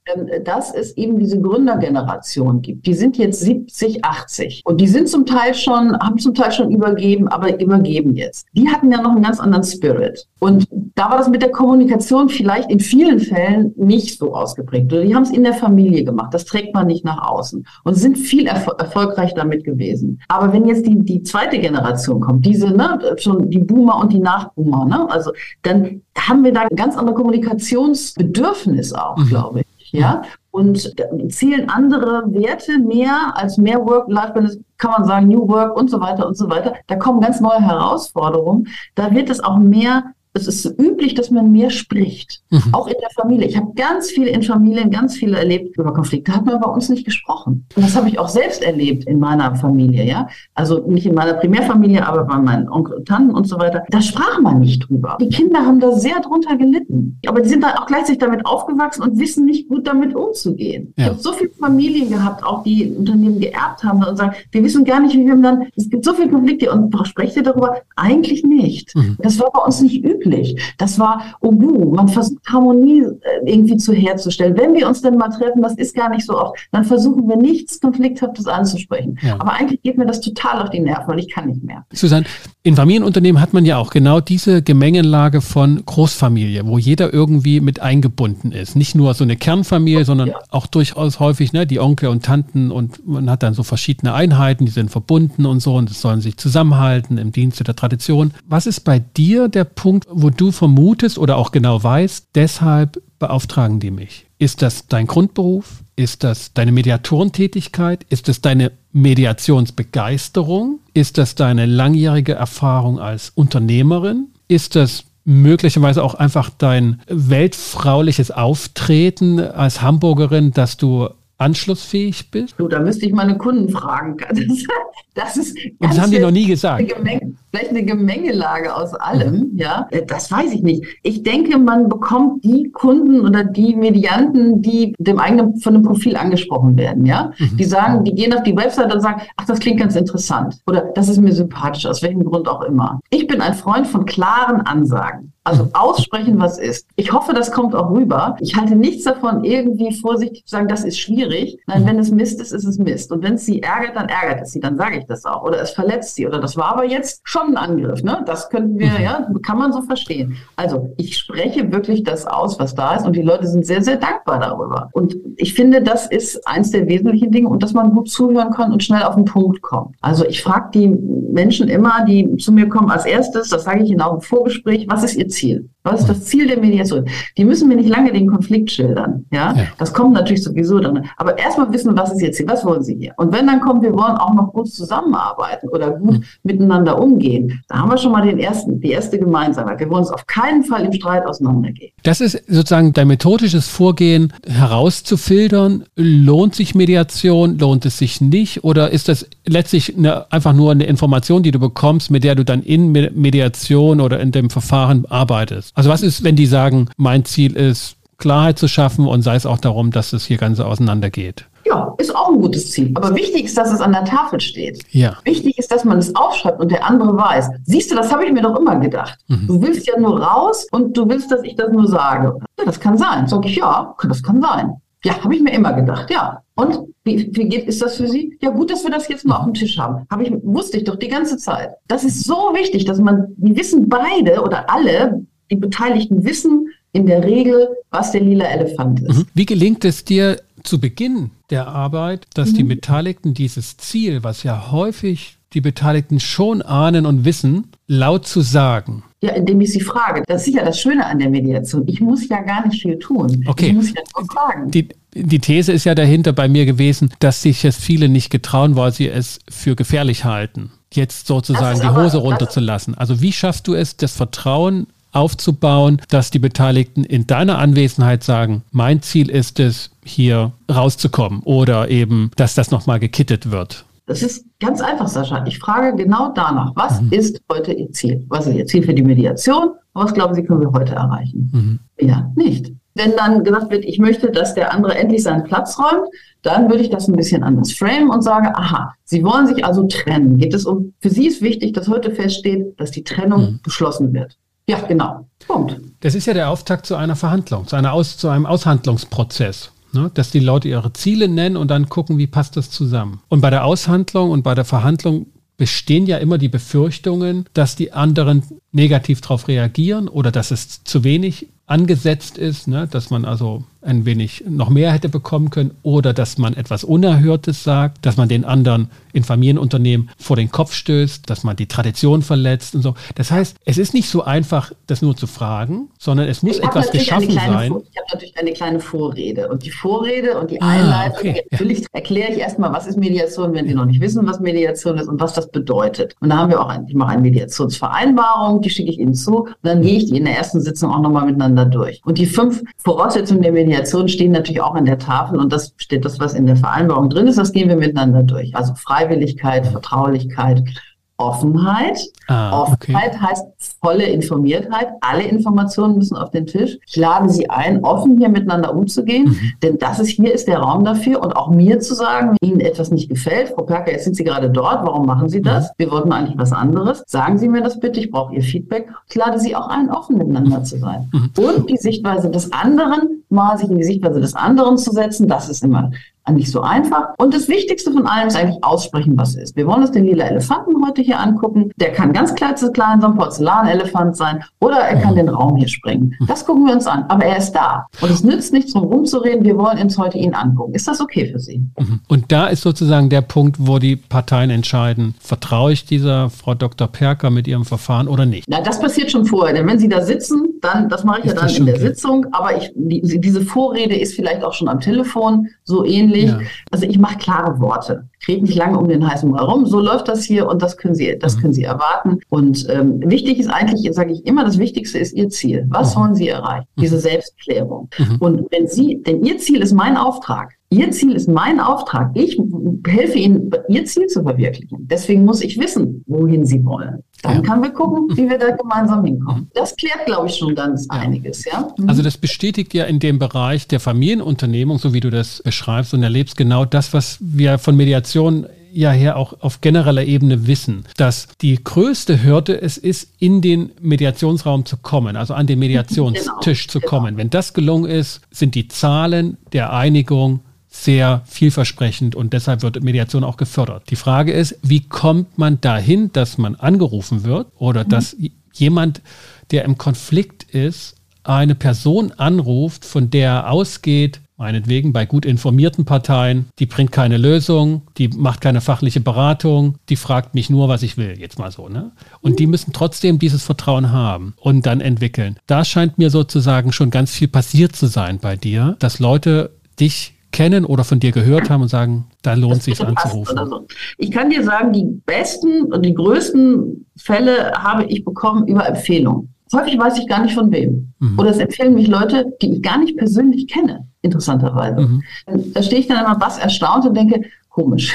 dass es eben diese Gründergeneration gibt. Die sind jetzt siebzig, achtzig und die sind zum Teil schon, haben zum Teil schon übergeben, aber übergeben jetzt. Die hatten ja noch einen ganz anderen Spirit. Und da war das mit der Kommunikation vielleicht in vielen Fällen nicht so ausgeprägt. Oder die haben es in der Familie gemacht. Das trägt man nicht nach außen und sind viel erfol- erfolgreich damit gewesen. Aber wenn jetzt die, die zweite Generation kommt, diese, ne, schon die Boomer und die Nachboomer, ne, also dann haben wir da ein ganz anderes Kommunikationsbedürfnis auch, mhm. glaube ich. Ja, und zählen andere Werte mehr als mehr Work-Life-Balance, kann man sagen, New Work und so weiter und so weiter. Da kommen ganz neue Herausforderungen. Da wird es auch mehr, es ist so üblich, dass man mehr spricht, mhm. auch in der Familie. Ich habe ganz viele in Familien, ganz viele erlebt über Konflikte, hat man bei uns nicht gesprochen. Und das habe ich auch selbst erlebt in meiner Familie, ja. Also nicht in meiner Primärfamilie, aber bei meinen Onkel und Tanten und so weiter. Da sprach man nicht drüber. Die Kinder haben da sehr drunter gelitten. Aber die sind dann auch gleichzeitig damit aufgewachsen und wissen nicht gut damit umzugehen. Ja. Ich habe so viele Familien gehabt, auch die Unternehmen geerbt haben und sagen, wir wissen gar nicht, wie wir dann, es gibt so viele Konflikte und sprecht ihr darüber? Eigentlich nicht. Mhm. Das war bei uns nicht üblich. Das war, oh, man versucht Harmonie irgendwie zu herzustellen. Wenn wir uns denn mal treffen, das ist gar nicht so oft, dann versuchen wir nichts Konflikthaftes anzusprechen. Ja. Aber eigentlich geht mir das total auf die Nerven, weil ich kann nicht mehr. Susanne, in Familienunternehmen hat man ja auch genau diese Gemengelage von Großfamilie, wo jeder irgendwie mit eingebunden ist. Nicht nur so eine Kernfamilie, sondern ja. auch durchaus häufig ne, die Onkel und Tanten und man hat dann so verschiedene Einheiten, die sind verbunden und so und es sollen sich zusammenhalten im Dienste der Tradition. Was ist bei dir der Punkt, wo du vermutest oder auch genau weißt, deshalb beauftragen die mich? Ist das dein Grundberuf? Ist das deine Mediatorentätigkeit? Ist das deine Mediationsbegeisterung? Ist das deine langjährige Erfahrung als Unternehmerin? Ist das möglicherweise auch einfach dein weltfrauliches Auftreten als Hamburgerin, dass du anschlussfähig bist? Du, da müsste ich meine Kunden fragen. Das, das ist Und das haben die noch nie gesagt. Eine Gemenge, vielleicht eine Gemengelage aus allem, mhm. ja. Das weiß ich nicht. Ich denke, man bekommt die Kunden oder die Medianten, die dem eigenen von einem Profil angesprochen werden, ja. Mhm. Die sagen, die gehen auf die Website und sagen, ach, das klingt ganz interessant. Oder das ist mir sympathisch, aus welchem Grund auch immer. Ich bin ein Freund von klaren Ansagen. Also aussprechen, was ist. Ich hoffe, das kommt auch rüber. Ich halte nichts davon, irgendwie vorsichtig zu sagen, das ist schwierig. Nein, wenn es Mist ist, ist es Mist. Und wenn es sie ärgert, dann ärgert es sie. Dann sage ich das auch. Oder es verletzt sie. Oder das war aber jetzt schon ein Angriff. Ne? Das könnten wir, ja, kann man so verstehen. Also ich spreche wirklich das aus, was da ist. Und die Leute sind sehr, sehr dankbar darüber. Und ich finde, das ist eins der wesentlichen Dinge. Und dass man gut zuhören kann und schnell auf den Punkt kommt. Also ich frage die Menschen immer, die zu mir kommen, als erstes, das sage ich Ihnen auch im Vorgespräch, was ist Ihr Ziel? Was ist das Ziel der Mediation? Die müssen mir nicht lange den Konflikt schildern. Ja? ja. Das kommt natürlich sowieso dann. Aber erstmal wissen, was ist Ihr Ziel? Was wollen Sie hier? Und wenn dann kommt, wir wollen auch noch gut zusammenarbeiten oder gut mhm. miteinander umgehen, da haben wir schon mal den ersten, die erste Gemeinsamkeit. Wir wollen uns auf keinen Fall im Streit auseinandergehen. Das ist sozusagen dein methodisches Vorgehen, herauszufiltern. Lohnt sich Mediation? Lohnt es sich nicht? Oder ist das letztlich eine, einfach nur eine Information, die du bekommst, mit der du dann in Mediation oder in dem Verfahren arbeitest? Also was ist, wenn die sagen, mein Ziel ist, Klarheit zu schaffen und sei es auch darum, dass es hier ganz auseinandergeht? Ja, ist auch ein gutes Ziel. Aber wichtig ist, dass es an der Tafel steht. Ja. Wichtig ist, dass man es aufschreibt und der andere weiß. Siehst du, das habe ich mir doch immer gedacht. Mhm. Du willst ja nur raus und du willst, dass ich das nur sage. Ja, das kann sein. Sag ich, ja, das kann sein. Ja, habe ich mir immer gedacht, ja. Und wie, wie geht, ist das für Sie? Ja, gut, dass wir das jetzt mal auf dem Tisch haben. Habe ich, wusste ich doch die ganze Zeit. Das ist so wichtig, dass man, die wissen beide oder alle, die Beteiligten wissen in der Regel, was der lila Elefant ist. Wie gelingt es dir zu Beginn der Arbeit, dass mhm. die Beteiligten dieses Ziel, was ja häufig die Beteiligten schon ahnen und wissen, laut zu sagen? Ja, indem ich sie frage. Das ist ja das Schöne an der Mediation. Ich muss ja gar nicht viel tun. Okay. Ich muss ja nur fragen. Die, die These ist ja dahinter bei mir gewesen, dass sich jetzt viele nicht getrauen, weil sie es für gefährlich halten, jetzt sozusagen die Hose aber, runterzulassen. Also wie schaffst du es, das Vertrauen aufzubauen, dass die Beteiligten in deiner Anwesenheit sagen, mein Ziel ist es, hier rauszukommen oder eben, dass das nochmal gekittet wird? Das ist ganz einfach, Sascha. Ich frage genau danach, was mhm. ist heute Ihr Ziel? Was ist Ihr Ziel für die Mediation? Was glauben Sie, können wir heute erreichen? Mhm. Ja, nicht. Wenn dann gesagt wird, ich möchte, dass der andere endlich seinen Platz räumt, dann würde ich das ein bisschen anders framen und sage, aha, Sie wollen sich also trennen. Geht es um, für Sie ist wichtig, dass heute feststeht, dass die Trennung mhm. beschlossen wird. Ja, genau. Punkt. Das ist ja der Auftakt zu einer Verhandlung, zu, einer Aus, zu einem Aushandlungsprozess. Ne? Dass die Leute ihre Ziele nennen und dann gucken, wie passt das zusammen. Und bei der Aushandlung und bei der Verhandlung bestehen ja immer die Befürchtungen, dass die anderen negativ darauf reagieren oder dass es zu wenig angesetzt ist, ne? Dass man also ein wenig noch mehr hätte bekommen können oder dass man etwas Unerhörtes sagt, dass man den anderen in Familienunternehmen vor den Kopf stößt, dass man die Tradition verletzt und so. Das heißt, es ist nicht so einfach, das nur zu fragen, sondern es muss etwas geschaffen sein. Vor- ich habe natürlich eine kleine Vorrede und die Vorrede und die Einleitung, ah, okay. natürlich ja. erkläre ich erstmal, was ist Mediation, wenn Sie noch nicht wissen, was Mediation ist und was das bedeutet. Und da haben wir auch ein, ich mache eine Mediationsvereinbarung, die schicke ich Ihnen zu und dann gehe ich die in der ersten Sitzung auch nochmal miteinander durch. Und die fünf Voraussetzungen der Mediation stehen natürlich auch an der Tafel und das steht das, was in der Vereinbarung drin ist, das gehen wir miteinander durch. Also Freiwilligkeit, Vertraulichkeit, Offenheit. Ah, okay. Offenheit heißt volle Informiertheit. Alle Informationen müssen auf den Tisch. Ich lade Sie ein, offen hier miteinander umzugehen, mhm. denn das ist, hier ist der Raum dafür und auch mir zu sagen, wenn Ihnen etwas nicht gefällt, Frau Perker, jetzt sind Sie gerade dort, warum machen Sie das? Mhm. Wir wollten eigentlich was anderes. Sagen Sie mir das bitte, ich brauche Ihr Feedback. Ich lade Sie auch ein, offen miteinander zu sein. Mhm. Und die Sichtweise des anderen, mal sich in die Sichtweise des anderen zu setzen, das ist immer nicht so einfach. Und das Wichtigste von allem ist eigentlich aussprechen, was ist. Wir wollen uns den lila Elefanten heute hier angucken. Der kann ganz klein, so klein, so ein Porzellanelefant sein oder er kann den Raum hier springen. Das gucken wir uns an. Aber er ist da. Und es nützt nichts, drum rumzureden. Wir wollen uns heute ihn angucken. Ist das okay für Sie? Und da ist sozusagen der Punkt, wo die Parteien entscheiden, vertraue ich dieser Frau Doktor Perker mit ihrem Verfahren oder nicht? Na, das passiert schon vorher. Denn wenn Sie da sitzen, dann, das mache ich ist ja dann in der okay? Sitzung. Aber ich, die, diese Vorrede ist vielleicht auch schon am Telefon so ähnlich. Ja. Also ich mache klare Worte. Ich rede nicht lange um den heißen Brei rum. So läuft das hier und das können Sie, das mhm. können Sie erwarten. Und ähm, wichtig ist eigentlich, sage ich immer, das Wichtigste ist Ihr Ziel. Was mhm. wollen Sie erreichen? Mhm. Diese Selbstklärung. Mhm. Und wenn Sie, denn Ihr Ziel ist mein Auftrag. Ihr Ziel ist mein Auftrag. Ich helfe Ihnen, Ihr Ziel zu verwirklichen. Deswegen muss ich wissen, wohin Sie wollen. Dann ja. können wir gucken, wie wir da gemeinsam hinkommen. Das klärt, glaube ich, schon ganz ja. einiges. Ja? Mhm. Also das bestätigt ja in dem Bereich der Familienunternehmung, so wie du das beschreibst und erlebst, genau das, was wir von Mediation ja her auch auf genereller Ebene wissen, dass die größte Hürde es ist, in den Mediationsraum zu kommen, also an den Mediationstisch genau, zu kommen. Genau. Wenn das gelungen ist, sind die Zahlen der Einigung sehr vielversprechend und deshalb wird Mediation auch gefördert. Die Frage ist, wie kommt man dahin, dass man angerufen wird oder mhm. dass jemand, der im Konflikt ist, eine Person anruft, von der er ausgeht, meinetwegen bei gut informierten Parteien, die bringt keine Lösung, die macht keine fachliche Beratung, die fragt mich nur, was ich will, jetzt mal so, ne? Und mhm. die müssen trotzdem dieses Vertrauen haben und dann entwickeln. Da scheint mir sozusagen schon ganz viel passiert zu sein bei dir, dass Leute dich kennen oder von dir gehört haben und sagen, da lohnt es sich anzurufen. So. Ich kann dir sagen, die besten und die größten Fälle habe ich bekommen über Empfehlungen. Häufig weiß ich gar nicht von wem. Mhm. Oder es empfehlen mich Leute, die ich gar nicht persönlich kenne, interessanterweise. Mhm. Da stehe ich dann immer was erstaunt und denke, komisch.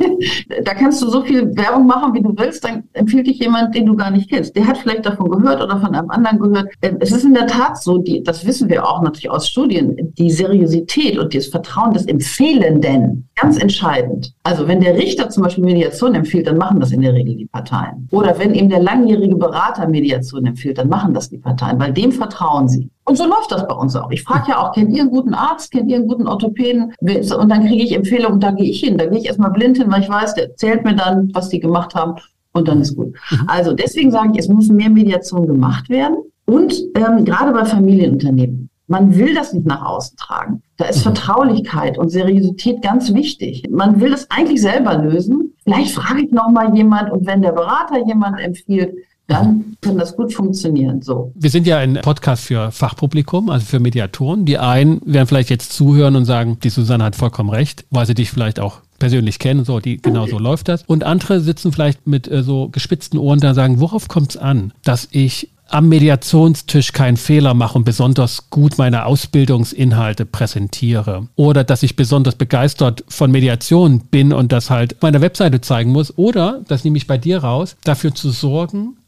Da kannst du so viel Werbung machen, wie du willst, dann empfiehlt dich jemand, den du gar nicht kennst. Der hat vielleicht davon gehört oder von einem anderen gehört. Es ist in der Tat so, die, das wissen wir auch natürlich aus Studien, die Seriosität und das Vertrauen des Empfehlenden, ganz entscheidend. Also wenn der Richter zum Beispiel Mediation empfiehlt, dann machen das in der Regel die Parteien. Oder wenn eben der langjährige Berater Mediation empfiehlt, dann machen das die Parteien, weil dem vertrauen sie. Und so läuft das bei uns auch. Ich frage ja auch, kennt ihr einen guten Arzt, kennt ihr einen guten Orthopäden? Und dann kriege ich Empfehlungen und da gehe ich hin. Da gehe ich erstmal blind hin, weil ich weiß, der erzählt mir dann, was die gemacht haben und dann ist gut. Also deswegen sage ich, es muss mehr Mediation gemacht werden und ähm, gerade bei Familienunternehmen. Man will das nicht nach außen tragen. Da ist Vertraulichkeit und Seriosität ganz wichtig. Man will das eigentlich selber lösen. Vielleicht frage ich nochmal jemand und wenn der Berater jemand empfiehlt, dann kann das gut funktionieren. So. Wir sind ja ein Podcast für Fachpublikum, also für Mediatoren. Die einen werden vielleicht jetzt zuhören und sagen, die Susanne hat vollkommen recht, weil sie dich vielleicht auch persönlich kennen, so, die, genau so läuft das. Und andere sitzen vielleicht mit äh, so gespitzten Ohren da und sagen, worauf kommt es an, dass ich am Mediationstisch keinen Fehler mache und besonders gut meine Ausbildungsinhalte präsentiere oder dass ich besonders begeistert von Mediation bin und das halt auf meiner Webseite zeigen muss oder, das nehme ich bei dir raus, dafür zu sorgen,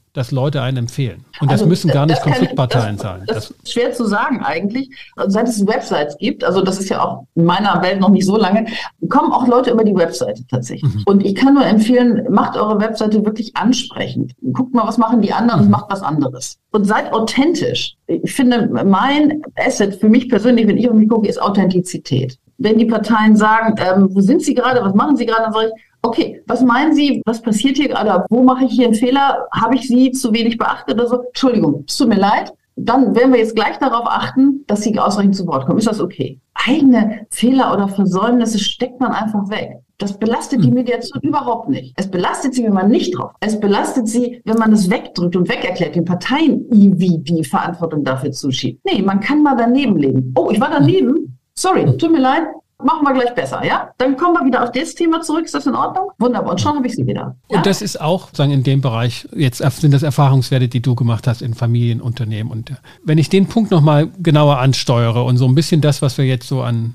dass Leute einen empfehlen? Und das also, müssen gar nicht das kann, Konfliktparteien das, sein. Das, das ist schwer zu sagen eigentlich. Also, seit es Websites gibt, also das ist ja auch in meiner Welt noch nicht so lange, kommen auch Leute über die Webseite tatsächlich. Mhm. Und ich kann nur empfehlen, macht eure Webseite wirklich ansprechend. Guckt mal, was machen die anderen mhm. und macht was anderes. Und seid authentisch. Ich finde, mein Asset für mich persönlich, wenn ich auf mich gucke, ist Authentizität. Wenn die Parteien sagen, ähm, wo sind sie gerade, was machen sie gerade, dann sage ich, okay, was meinen Sie, was passiert hier gerade? Wo mache ich hier einen Fehler? Habe ich Sie zu wenig beachtet oder so? Entschuldigung, es tut mir leid. Dann werden wir jetzt gleich darauf achten, dass Sie ausreichend zu Wort kommen. Ist das okay? Eigene Fehler oder Versäumnisse steckt man einfach weg. Das belastet die Mediation überhaupt nicht. Es belastet sie, wenn man nicht drauf. Es belastet sie, wenn man es wegdrückt und wegerklärt, den Parteien irgendwie die Verantwortung dafür zuschiebt. Nee, man kann mal daneben legen. Oh, ich war daneben. Sorry, tut mir leid. Machen wir gleich besser, ja? Dann kommen wir wieder auf das Thema zurück. Ist das in Ordnung? Wunderbar. Und schon habe ich sie wieder. Ja? Und das ist auch, sagen in dem Bereich, jetzt sind das Erfahrungswerte, die du gemacht hast in Familienunternehmen. Und wenn ich den Punkt nochmal genauer ansteuere und so ein bisschen das, was wir jetzt so an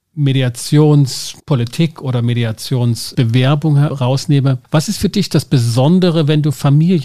Mediationspolitik oder Mediationsbewerbung herausnehme, was ist für dich das Besondere, wenn du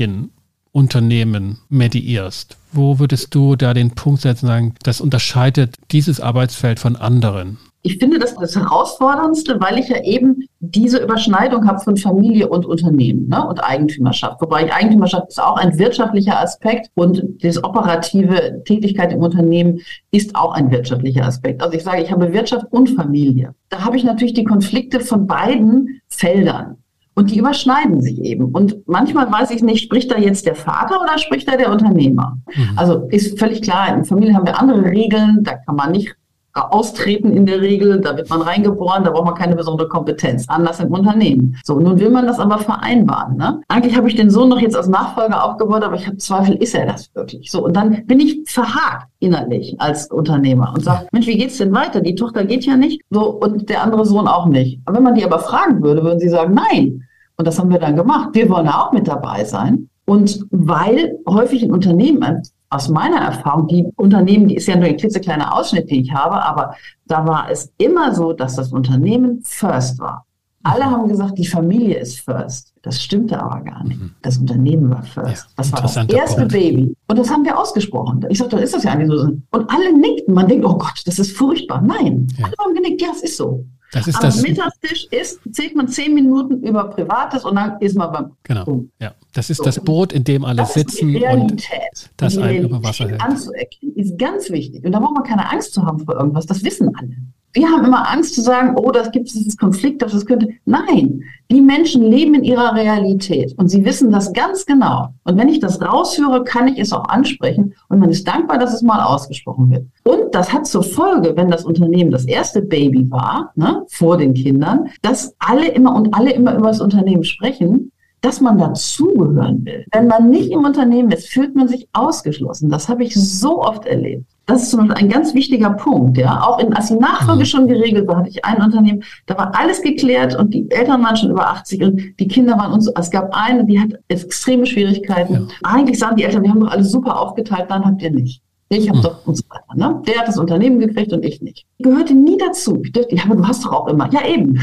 Familienunternehmen mediierst? Wo würdest du da den Punkt setzen und sagen, das unterscheidet dieses Arbeitsfeld von anderen? Ich finde das das Herausforderndste, weil ich ja eben diese Überschneidung habe von Familie und Unternehmen, ne, und Eigentümerschaft. Wobei Eigentümerschaft ist auch ein wirtschaftlicher Aspekt und die operative Tätigkeit im Unternehmen ist auch ein wirtschaftlicher Aspekt. Also ich sage, ich habe Wirtschaft und Familie. Da habe ich natürlich die Konflikte von beiden Feldern. Und die überschneiden sich eben. Und manchmal weiß ich nicht, spricht da jetzt der Vater oder spricht da der Unternehmer? Mhm. Also ist völlig klar, in der Familie haben wir andere Regeln, da kann man nicht austreten in der Regel, da wird man reingeboren, da braucht man keine besondere Kompetenz, anders im Unternehmen. So, nun will man das aber vereinbaren. Ne? Eigentlich habe ich den Sohn noch jetzt als Nachfolger aufgebaut, aber ich habe Zweifel, ist er das wirklich? So, und dann bin ich verhakt innerlich als Unternehmer und sage, Mensch, wie geht's denn weiter? Die Tochter geht ja nicht, so, und der andere Sohn auch nicht. Aber wenn man die aber fragen würde, würden sie sagen, nein. Und das haben wir dann gemacht. Wir wollen ja auch mit dabei sein. Und weil häufig in Unternehmen, aus meiner Erfahrung, die Unternehmen, die ist ja nur ein klitzekleiner Ausschnitt, den ich habe, aber da war es immer so, dass das Unternehmen first war. Alle haben gesagt, die Familie ist first. Das stimmte aber gar nicht. Das Unternehmen war first. Ja, das war das erste Punkt. Baby. Und das haben wir ausgesprochen. Ich sagte, dann ist das ja eigentlich so. Und alle nickten. Man denkt, oh Gott, das ist furchtbar. Nein, ja. Alle haben genickt, ja, es ist so. Das ist Am das Mittagstisch ist, zählt man zehn Minuten über Privates und dann ist man beim Genau, Punkt. Ja. Das ist so. Das Boot, in dem alle das sitzen ist die Realität. Und das die einen über Wasser hält. Anzuerkennen ist ganz wichtig. Und da braucht man keine Angst zu haben vor irgendwas. Das wissen alle. Wir haben immer Angst zu sagen, oh, das gibt es dieses Konflikt, das könnte. Nein, die Menschen leben in ihrer Realität und sie wissen das ganz genau. Und wenn ich das raushöre, kann ich es auch ansprechen und man ist dankbar, dass es mal ausgesprochen wird. Und das hat zur Folge, wenn das Unternehmen das erste Baby war, ne, vor den Kindern, dass alle immer und alle immer über das Unternehmen sprechen, dass man dazugehören will. Wenn man nicht im Unternehmen ist, fühlt man sich ausgeschlossen. Das habe ich so oft erlebt. Das ist zum Beispiel ein ganz wichtiger Punkt. Ja, auch in, als die Nachfolge schon geregelt war, hatte ich ein Unternehmen, da war alles geklärt und die Eltern waren schon über achtzig und die Kinder waren uns. Es gab eine, die hat extreme Schwierigkeiten. Ja. Eigentlich sagen die Eltern, wir haben doch alles super aufgeteilt, dann habt ihr nicht. Ich habe hm. doch und so weiter. Ne? Der hat das Unternehmen gekriegt und ich nicht. Ich gehörte nie dazu. Ich dachte, ja, aber du hast doch auch immer. Ja, eben.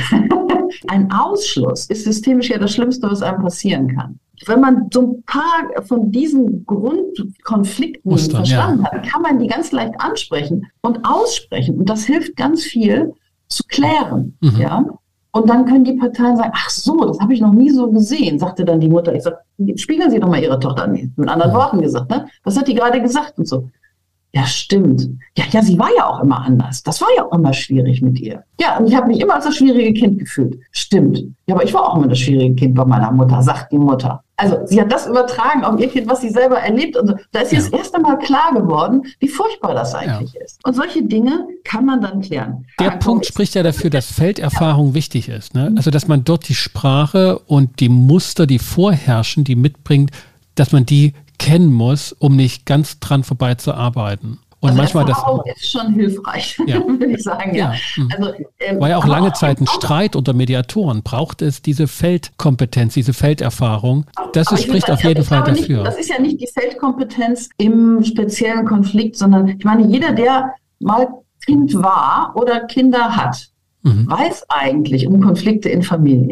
Ein Ausschluss ist systemisch ja das Schlimmste, was einem passieren kann. Wenn man so ein paar von diesen Grundkonflikten Mustern, verstanden ja. hat, kann man die ganz leicht ansprechen und aussprechen. Und das hilft ganz viel zu klären. Mhm. Ja? Und dann können die Parteien sagen, ach so, das habe ich noch nie so gesehen, sagte dann die Mutter. Ich sage, spiegeln Sie doch mal Ihre Tochter an. Mit anderen mhm. Worten gesagt, ne? Was hat die gerade gesagt und so? Ja, stimmt. Ja, ja, sie war ja auch immer anders. Das war ja auch immer schwierig mit ihr. Ja, und ich habe mich immer als das schwierige Kind gefühlt. Stimmt. Ja, aber ich war auch immer das schwierige Kind bei meiner Mutter, sagt die Mutter. Also sie hat das übertragen auf ihr Kind, was sie selber erlebt. Und so. Da ist ihr ja. das erste Mal klar geworden, wie furchtbar das eigentlich ja. ist. Und solche Dinge kann man dann klären. Der Frage Punkt spricht ja dafür, dass Felderfahrung ja. wichtig ist. Ne? Also dass man dort die Sprache und die Muster, die vorherrschen, die mitbringt, dass man die kennen muss, um nicht ganz dran vorbei zu arbeiten. Und also manchmal das ist schon hilfreich, ja. würde ich sagen. Ja. Ja. Also, ähm, war ja auch lange Zeit ein Streit unter Mediatoren. Braucht es diese Feldkompetenz, diese Felderfahrung? Das ist, spricht sagen, auf jeden Fall dafür. Nicht, das ist ja nicht die Feldkompetenz im speziellen Konflikt, sondern ich meine, jeder, der mal Kind war oder Kinder hat, mhm. weiß eigentlich um Konflikte in Familien.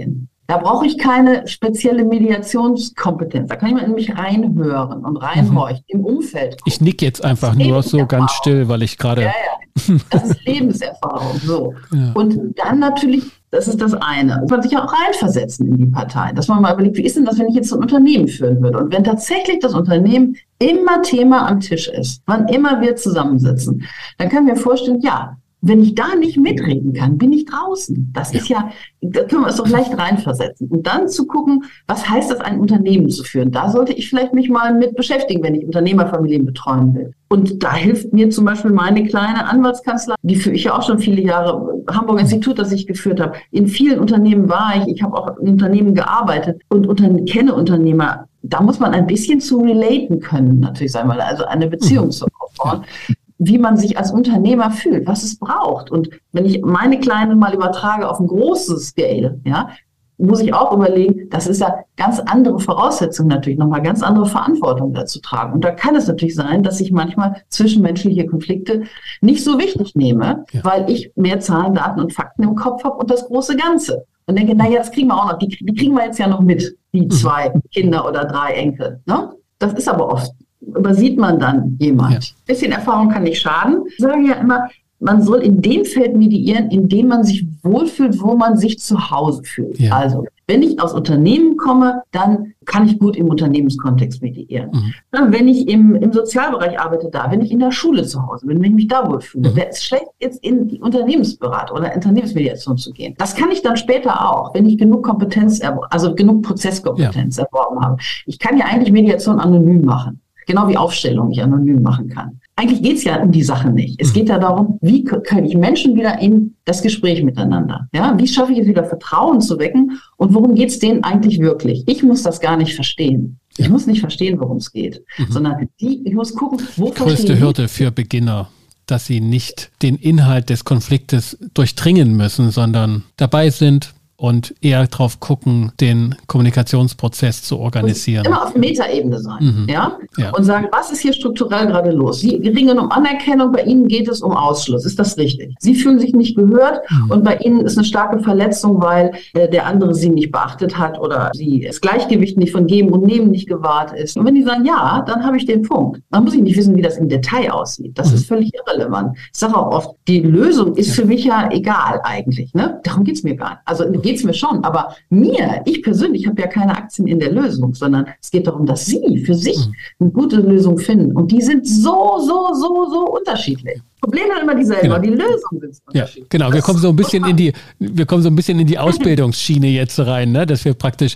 Da brauche ich keine spezielle Mediationskompetenz. Da kann ich mal in mich reinhören und reinhorchen, mhm. im Umfeld. Gucken. Ich nick jetzt einfach nur so ganz still, weil ich gerade... Ja, ja. Das ist Lebenserfahrung. So. Ja. Und dann natürlich, das ist das eine, muss man sich auch reinversetzen in die Partei. Dass man mal überlegt, wie ist denn das, wenn ich jetzt ein Unternehmen führen würde? Und wenn tatsächlich das Unternehmen immer Thema am Tisch ist, wann immer wir zusammensitzen, dann können wir vorstellen, ja, wenn ich da nicht mitreden kann, bin ich draußen. Das ist ja, da können wir uns doch leicht reinversetzen. Und dann zu gucken, was heißt das, ein Unternehmen zu führen? Da sollte ich vielleicht mich mal mit beschäftigen, wenn ich Unternehmerfamilien betreuen will. Und da hilft mir zum Beispiel meine kleine Anwaltskanzlei, die führe ich ja auch schon viele Jahre, Hamburger Institut, das ich geführt habe. In vielen Unternehmen war ich, ich habe auch in Unternehmen gearbeitet und unter, kenne Unternehmer. Da muss man ein bisschen zu relaten können, natürlich sagen wir, also eine Beziehung zu aufbauen. Wie man sich als Unternehmer fühlt, was es braucht. Und wenn ich meine Kleine mal übertrage auf ein großes Scale, ja, muss ich auch überlegen, das ist ja ganz andere Voraussetzungen natürlich, nochmal ganz andere Verantwortung dazu tragen. Und da kann es natürlich sein, dass ich manchmal zwischenmenschliche Konflikte nicht so wichtig nehme, ja. weil ich mehr Zahlen, Daten und Fakten im Kopf habe und das große Ganze. Und denke, naja, das kriegen wir auch noch, die, die kriegen wir jetzt ja noch mit, die zwei mhm. Kinder oder drei Enkel. Ne? Das ist aber oft. Übersieht man dann jemand. Ja. Ein bisschen Erfahrung kann nicht schaden. Ich sage ja immer, man soll in dem Feld mediieren, in dem man sich wohlfühlt, wo man sich zu Hause fühlt. Ja. Also, wenn ich aus Unternehmen komme, dann kann ich gut im Unternehmenskontext mediieren. Mhm. Dann, wenn ich im, im Sozialbereich arbeite, da, wenn ich in der Schule zu Hause bin, wenn ich mich da wohlfühle, mhm. wäre es schlecht, jetzt in die Unternehmensberatung oder Unternehmensmediation zu gehen. Das kann ich dann später auch, wenn ich genug Kompetenz, also genug Prozesskompetenz ja. erworben habe. Ich kann ja eigentlich Mediation anonym machen. Genau wie Aufstellung ich anonym machen kann. Eigentlich geht es ja um die Sache nicht. Es geht ja darum, wie kann ich Menschen wieder in das Gespräch miteinander, ja, wie schaffe ich es wieder, Vertrauen zu wecken und worum geht es denen eigentlich wirklich? Ich muss das gar nicht verstehen. Ich muss nicht verstehen, worum es geht, mhm. sondern die, ich muss gucken, wo die größte Hürde für Beginner, dass sie nicht den Inhalt des Konfliktes durchdringen müssen, sondern dabei sind, und eher drauf gucken, den Kommunikationsprozess zu organisieren. Immer auf Metaebene sein, mhm. ja? ja? Und sagen, was ist hier strukturell gerade los? Sie ringen um Anerkennung, bei Ihnen geht es um Ausschluss. Ist das richtig? Sie fühlen sich nicht gehört mhm. und bei Ihnen ist eine starke Verletzung, weil äh, der andere Sie nicht beachtet hat oder Sie das Gleichgewicht nicht von Geben und Nehmen nicht gewahrt ist. Und wenn die sagen, ja, dann habe ich den Punkt. Dann muss ich nicht wissen, wie das im Detail aussieht. Das mhm. ist völlig irrelevant. Ich sage auch oft, die Lösung ist ja. für mich ja egal eigentlich. Ne? Darum geht es mir gar nicht. Also geht es mir schon, aber mir, ich persönlich habe ja keine Aktien in der Lösung, sondern es geht darum, dass Sie für sich eine gute Lösung finden. Und die sind so, so, so, so unterschiedlich. Problem ist immer dieselbe, genau. Die Lösung sind unterschiedlich. Ja, genau, wir kommen so ein bisschen in die, wir kommen so ein bisschen in die Ausbildungsschiene jetzt rein, ne? Dass wir praktisch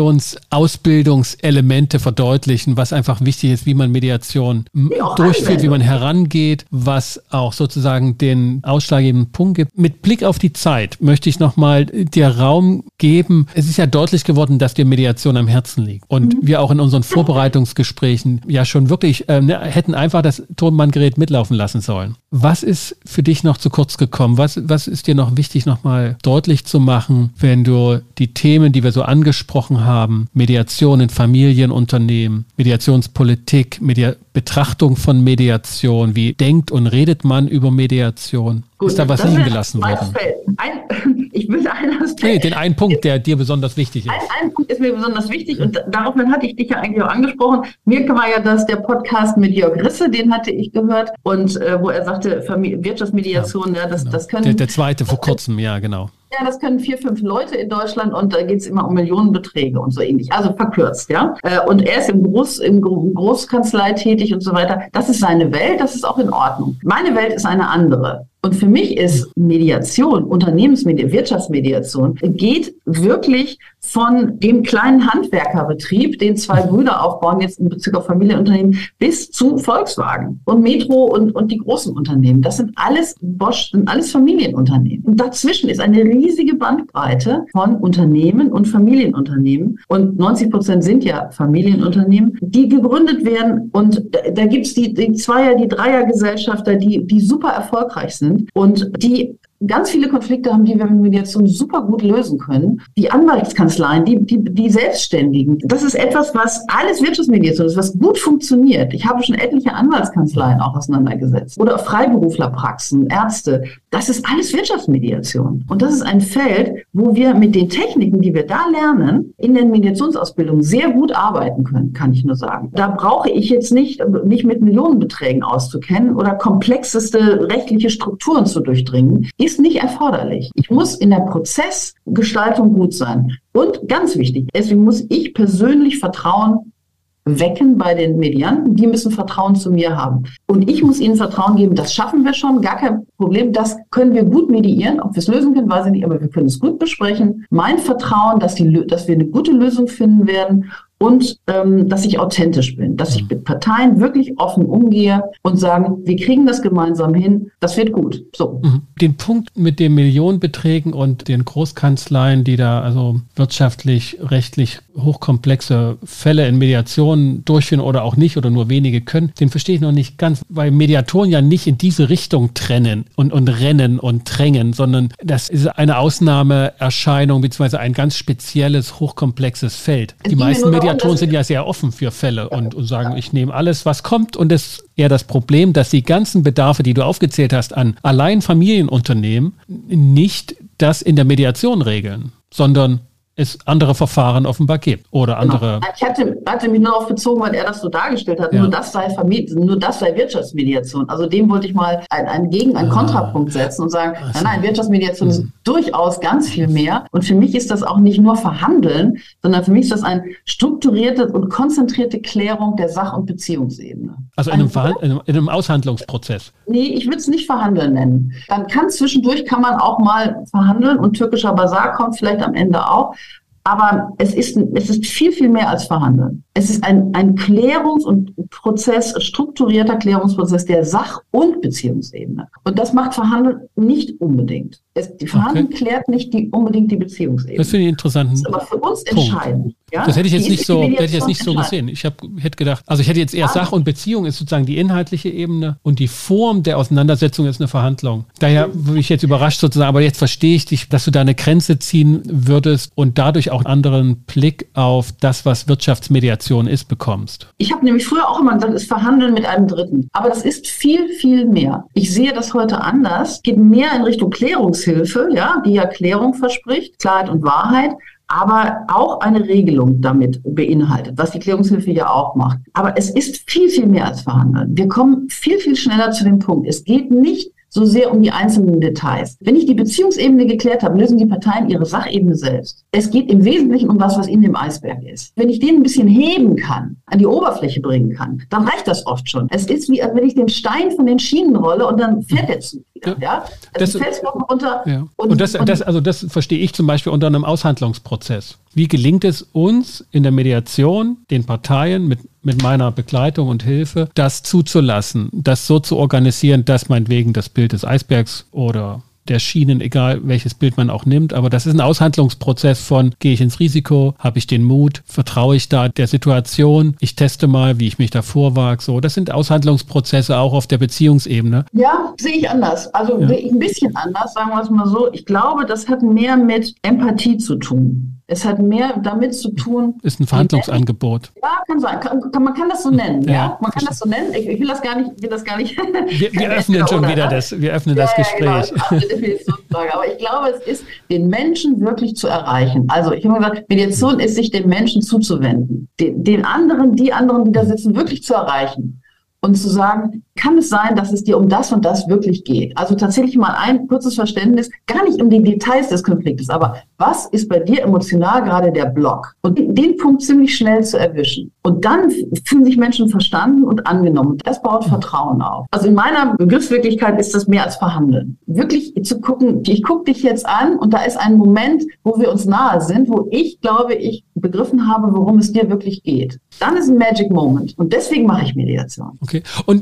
Mediations-Ausbildungselemente verdeutlichen, was einfach wichtig ist, wie man Mediation durchführt, wie man herangeht, was auch sozusagen den ausschlaggebenden Punkt gibt. Mit Blick auf die Zeit möchte ich nochmal dir Raum geben. Es ist ja deutlich geworden, dass dir Mediation am Herzen liegt und mhm. wir auch in unseren Vorbereitungsgesprächen ja schon wirklich äh, ne, hätten einfach das Tonbandgerät mitlaufen lassen sollen. Was ist für dich noch zu kurz gekommen? Was, was ist dir noch wichtig, nochmal deutlich zu machen, wenn du die Themen, die wir so angesprochen haben, Mediation in Familienunternehmen, Mediationspolitik, Media- Betrachtung von Mediation, wie denkt und redet man über Mediation? Gut, ist da was liegen gelassen worden? Ein, ich will einen Aspekt. Nee, den einen Punkt, der dir besonders wichtig ist. Ein, ein Punkt ist mir besonders wichtig und daraufhin hatte ich dich ja eigentlich auch angesprochen. Mir war ja das der Podcast mit Jörg Risse, den hatte ich gehört und äh, wo er sagte, Familie, Wirtschaftsmediation, ja, ja das, genau. das können... Der, der zweite vor kurzem, ja, genau. Ja, das können vier, fünf Leute in Deutschland und da geht es immer um Millionenbeträge und so ähnlich. Also verkürzt, ja. Und er ist im, Groß, im Großkanzlei tätig und so weiter. Das ist seine Welt, das ist auch in Ordnung. Meine Welt ist eine andere. Und für mich ist Mediation, Unternehmensmediation, Wirtschaftsmediation, geht wirklich von dem kleinen Handwerkerbetrieb, den zwei Brüder aufbauen, jetzt in Bezug auf Familienunternehmen, bis zu Volkswagen und Metro und, und die großen Unternehmen. Das sind alles Bosch, sind alles Familienunternehmen. Und dazwischen ist eine riesige Bandbreite von Unternehmen und Familienunternehmen. Und neunzig Prozent sind ja Familienunternehmen, die gegründet werden. Und da, da gibt es die, die Zweier-, die Dreiergesellschafter, die, die super erfolgreich sind und die ganz viele Konflikte haben, die wir mit Mediation super gut lösen können. Die Anwaltskanzleien, die, die, die Selbstständigen. Das ist etwas, was alles Wirtschaftsmediation ist, was gut funktioniert. Ich habe schon etliche Anwaltskanzleien auch auseinandergesetzt. Oder Freiberuflerpraxen, Ärzte. Das ist alles Wirtschaftsmediation. Und das ist ein Feld, wo wir mit den Techniken, die wir da lernen, in den Mediationsausbildungen sehr gut arbeiten können, kann ich nur sagen. Da brauche ich jetzt nicht, nicht mit Millionenbeträgen auszukennen oder komplexeste rechtliche Strukturen zu durchdringen, ist nicht erforderlich. Ich muss in der Prozessgestaltung gut sein. Und ganz wichtig, deswegen muss ich persönlich Vertrauen wecken bei den Medianten. Die müssen Vertrauen zu mir haben. Und ich muss ihnen Vertrauen geben, das schaffen wir schon, gar kein Problem. Das können wir gut mediieren. Ob wir es lösen können, weiß ich nicht, aber wir können es gut besprechen. Mein Vertrauen, dass, die, dass wir eine gute Lösung finden werden. Und ähm, dass ich authentisch bin, dass ich mit Parteien wirklich offen umgehe und sagen, wir kriegen das gemeinsam hin, das wird gut. So. Den Punkt mit den Millionenbeträgen und den Großkanzleien, die da also wirtschaftlich, rechtlich hochkomplexe Fälle in Mediationen durchführen oder auch nicht oder nur wenige können, den verstehe ich noch nicht ganz, weil Mediatoren ja nicht in diese Richtung trennen und, und rennen und drängen, sondern das ist eine Ausnahmeerscheinung beziehungsweise ein ganz spezielles, hochkomplexes Feld. Die meisten Mediatoren Mediatoren sind ja sehr offen für Fälle und, und sagen, ich nehme alles, was kommt. Und es ist eher das Problem, dass die ganzen Bedarfe, die du aufgezählt hast, an allein Familienunternehmen nicht das in der Mediation regeln, sondern es andere Verfahren offenbar gibt oder andere. Genau. Ich hatte, hatte mich nur darauf bezogen, weil er das so dargestellt hat. Ja. Nur das sei Familie, nur das sei Wirtschaftsmediation. Also dem wollte ich mal einen, einen Gegen-, einen ah. Kontrapunkt setzen und sagen, also. nein, nein, Wirtschaftsmediation hm. ist durchaus ganz viel mehr. Und für mich ist das auch nicht nur Verhandeln, sondern für mich ist das eine strukturierte und konzentrierte Klärung der Sach- und Beziehungsebene. Also in einem, Verhand- in einem Aushandlungsprozess? Nee, ich würde es nicht Verhandeln nennen. Dann kann zwischendurch kann man auch mal verhandeln und türkischer Basar kommt vielleicht am Ende auch. Aber es ist, es ist viel, viel mehr als Verhandeln. Es ist ein, ein Klärungs- und Prozess, strukturierter Klärungsprozess der Sach- und Beziehungsebene. Und das macht Verhandeln nicht unbedingt. Es, die Verhandeln okay. klärt nicht die, unbedingt die Beziehungsebene. Das finde ich interessant. Das ist aber für uns entscheidend. Ja? Das hätte ich jetzt nicht so, hätte ich jetzt nicht so gesehen. Ich hab, hätte gedacht, also ich hätte jetzt eher ja. Sach- und Beziehung ist sozusagen die inhaltliche Ebene und die Form der Auseinandersetzung ist eine Verhandlung. Daher bin ich jetzt überrascht sozusagen, aber jetzt verstehe ich dich, dass du da eine Grenze ziehen würdest und dadurch auch einen anderen Blick auf das, was Wirtschaftsmediation ist, bekommst. Ich habe nämlich früher auch immer gesagt, es ist Verhandeln mit einem Dritten. Aber das ist viel, viel mehr. Ich sehe das heute anders. Geht mehr in Richtung Klärungshilfe, ja, die ja Klärung verspricht, Klarheit und Wahrheit, aber auch eine Regelung damit beinhaltet, was die Klärungshilfe ja auch macht. Aber es ist viel, viel mehr als Verhandeln. Wir kommen viel, viel schneller zu dem Punkt. Es geht nicht so sehr um die einzelnen Details. Wenn ich die Beziehungsebene geklärt habe, lösen die Parteien ihre Sachebene selbst. Es geht im Wesentlichen um was, was in dem Eisberg ist. Wenn ich den ein bisschen heben kann, an die Oberfläche bringen kann, dann reicht das oft schon. Es ist wie, als wenn ich den Stein von den Schienen rolle und dann fährt der Zug wieder. Ja? Ja? Also das fällt noch runter. Ja. Und, und, das, und das, also das verstehe ich zum Beispiel unter einem Aushandlungsprozess. Wie gelingt es uns in der Mediation, den Parteien mit, mit meiner Begleitung und Hilfe, das zuzulassen, das so zu organisieren, dass meinetwegen das Bild des Eisbergs oder der Schienen, egal welches Bild man auch nimmt, aber das ist ein Aushandlungsprozess von, gehe ich ins Risiko, habe ich den Mut, vertraue ich da der Situation, ich teste mal, wie ich mich da vorwage, so, das sind Aushandlungsprozesse auch auf der Beziehungsebene. Ja, sehe ich anders, also ja. ein bisschen anders, sagen wir es mal so, ich glaube, das hat mehr mit Empathie zu tun. Es hat mehr damit zu tun. Ist ein Verhandlungsangebot. Ja, kann sein. Kann, kann, man kann das so nennen. Ja, ja. Man kann das so nennen. Ich, ich will das gar nicht. Will das gar nicht. Wir, wir öffnen schon oder, wieder das. Wir öffnen ja, das Gespräch. Ja, genau. Aber ich glaube, es ist, den Menschen wirklich zu erreichen. Also ich habe gesagt, Mediation ist, sich den Menschen zuzuwenden, den, den anderen, die anderen, die da sitzen, wirklich zu erreichen. Und zu sagen, kann es sein, dass es dir um das und das wirklich geht? Also tatsächlich mal ein kurzes Verständnis, gar nicht um die Details des Konfliktes, aber was ist bei dir emotional gerade der Block? Und den Punkt ziemlich schnell zu erwischen. Und dann fühlen sich Menschen verstanden und angenommen. Das baut Vertrauen auf. Also in meiner Begriffswirklichkeit ist das mehr als Verhandeln. Wirklich zu gucken, ich gucke dich jetzt an und da ist ein Moment, wo wir uns nahe sind, wo ich glaube, ich begriffen habe, worum es dir wirklich geht. Dann ist ein Magic Moment. Und deswegen mache ich Mediation. Okay. Und diesen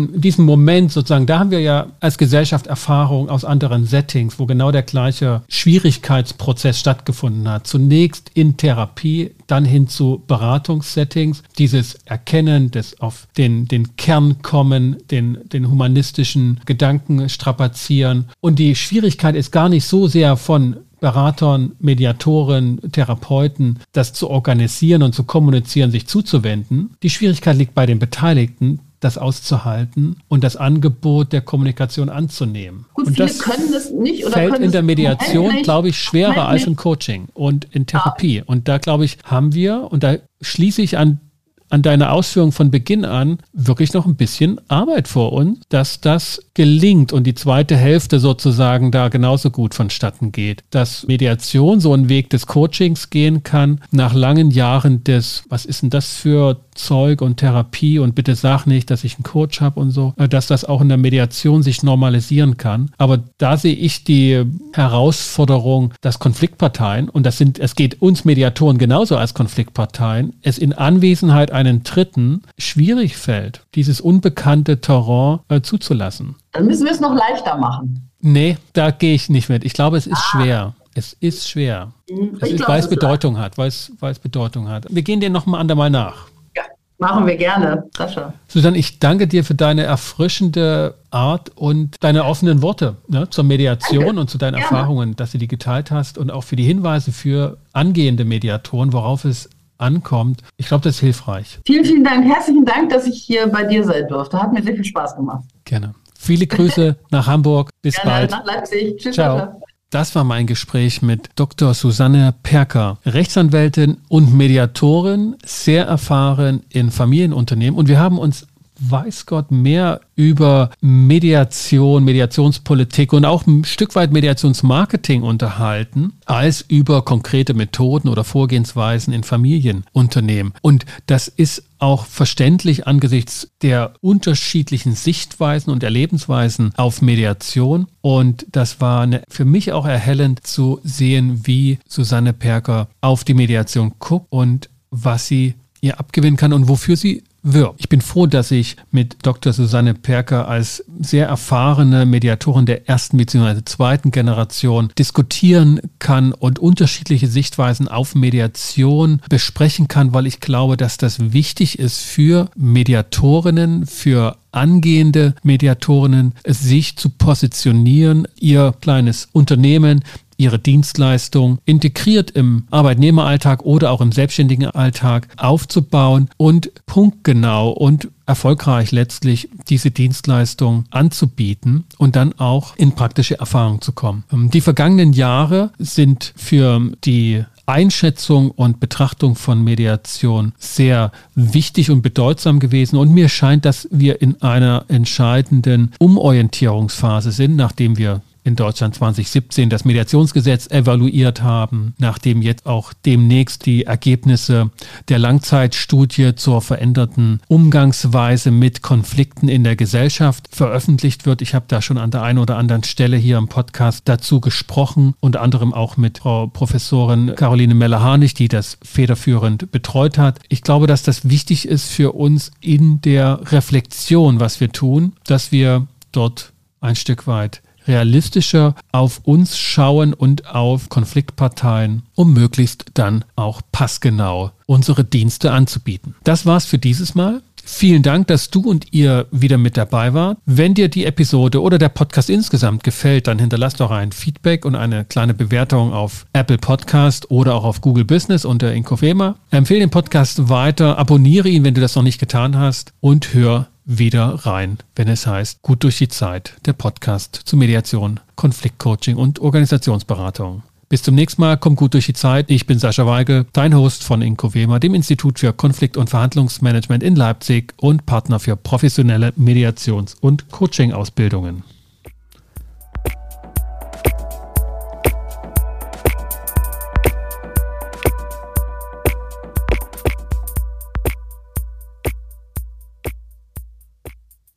diesen, diesen Moment sozusagen, da haben wir ja als Gesellschaft Erfahrung aus anderen Settings, wo genau der gleiche Schwierigkeitsprozess stattgefunden hat. Zunächst in Therapie, dann hin zu Beratungssettings. Dieses Erkennen, des auf den, den Kern kommen, den, den humanistischen Gedanken strapazieren. Und die Schwierigkeit ist gar nicht so sehr von Beratern, Mediatoren, Therapeuten, das zu organisieren und zu kommunizieren, sich zuzuwenden. Die Schwierigkeit liegt bei den Beteiligten, das auszuhalten und das Angebot der Kommunikation anzunehmen. Gut, und viele das können es nicht oder fällt können in der es Mediation, glaube ich, schwerer als nicht. im Coaching und in Therapie. Und da, glaube ich, haben wir, und da schließe ich an an deiner Ausführung von Beginn an wirklich noch ein bisschen Arbeit vor uns, dass das gelingt und die zweite Hälfte sozusagen da genauso gut vonstatten geht. Dass Mediation so einen Weg des Coachings gehen kann, nach langen Jahren des, was ist denn das für Zeug und Therapie und bitte sag nicht, dass ich einen Coach habe und so, dass das auch in der Mediation sich normalisieren kann. Aber da sehe ich die Herausforderung, dass Konfliktparteien, und das sind, es geht uns Mediatoren genauso als Konfliktparteien, es in Anwesenheit einen Dritten schwierig fällt, dieses unbekannte Terrain äh, zuzulassen. Dann müssen wir es noch leichter machen. Nee, da gehe ich nicht mit. Ich glaube, es ist ah. schwer. Es ist schwer. Es ist, glaub, weil es Bedeutung hat, weil es, weil es Bedeutung hat. Wir gehen dir noch mal andermal nach. Ja, machen wir gerne, Sascha. Susanne, ich danke dir für deine erfrischende Art und deine offenen Worte, ne, zur Mediation danke. Und zu deinen gerne. Erfahrungen, dass du die geteilt hast und auch für die Hinweise für angehende Mediatoren, worauf es ankommt. Ich glaube, das ist hilfreich. Vielen, vielen Dank. Herzlichen Dank, dass ich hier bei dir sein durfte. Hat mir sehr viel Spaß gemacht. Gerne. Viele Grüße nach Hamburg. Bis Gerne, bald. Nach Leipzig. Tschüss. Ciao. Das war mein Gespräch mit Doktor Susanne Perker, Rechtsanwältin und Mediatorin, sehr erfahren in Familienunternehmen. Und wir haben uns, weiß Gott, mehr über Mediation, Mediationspolitik und auch ein Stück weit Mediationsmarketing unterhalten, als über konkrete Methoden oder Vorgehensweisen in Familienunternehmen. Und das ist auch verständlich angesichts der unterschiedlichen Sichtweisen und Erlebensweisen auf Mediation. Und das war eine, für mich auch erhellend zu sehen, wie Susanne Perker auf die Mediation guckt und was sie ihr abgewinnen kann und wofür sie wirkt. Ich bin froh, dass ich mit Doktor Susanne Perker als sehr erfahrene Mediatorin der ersten bzw. zweiten Generation diskutieren kann und unterschiedliche Sichtweisen auf Mediation besprechen kann, weil ich glaube, dass das wichtig ist für Mediatorinnen, für angehende Mediatorinnen, sich zu positionieren, ihr kleines Unternehmen, ihre Dienstleistung integriert im Arbeitnehmeralltag oder auch im selbstständigen Alltag aufzubauen und punktgenau und erfolgreich letztlich diese Dienstleistung anzubieten und dann auch in praktische Erfahrung zu kommen. Die vergangenen Jahre sind für die Einschätzung und Betrachtung von Mediation sehr wichtig und bedeutsam gewesen. Und mir scheint, dass wir in einer entscheidenden Umorientierungsphase sind, nachdem wir in Deutschland zwanzig siebzehn das Mediationsgesetz evaluiert haben, nachdem jetzt auch demnächst die Ergebnisse der Langzeitstudie zur veränderten Umgangsweise mit Konflikten in der Gesellschaft veröffentlicht wird. Ich habe da schon an der einen oder anderen Stelle hier im Podcast dazu gesprochen, unter anderem auch mit Frau Professorin Caroline Meller-Harnig, die das federführend betreut hat. Ich glaube, dass das wichtig ist für uns in der Reflexion, was wir tun, dass wir dort ein Stück weit realistischer auf uns schauen und auf Konfliktparteien, um möglichst dann auch passgenau unsere Dienste anzubieten. Das war's für dieses Mal. Vielen Dank, dass du und ihr wieder mit dabei wart. Wenn dir die Episode oder der Podcast insgesamt gefällt, dann hinterlass doch ein Feedback und eine kleine Bewertung auf Apple Podcast oder auch auf Google Business unter Inkofema. Empfehle den Podcast weiter, abonniere ihn, wenn du das noch nicht getan hast und hör wieder rein, wenn es heißt Gut durch die Zeit, der Podcast zu Mediation, Konfliktcoaching und Organisationsberatung. Bis zum nächsten Mal, komm gut durch die Zeit. Ich bin Sascha Weigel, dein Host von Inkofema, dem Institut für Konflikt- und Verhandlungsmanagement in Leipzig und Partner für professionelle Mediations- und Coaching-Ausbildungen.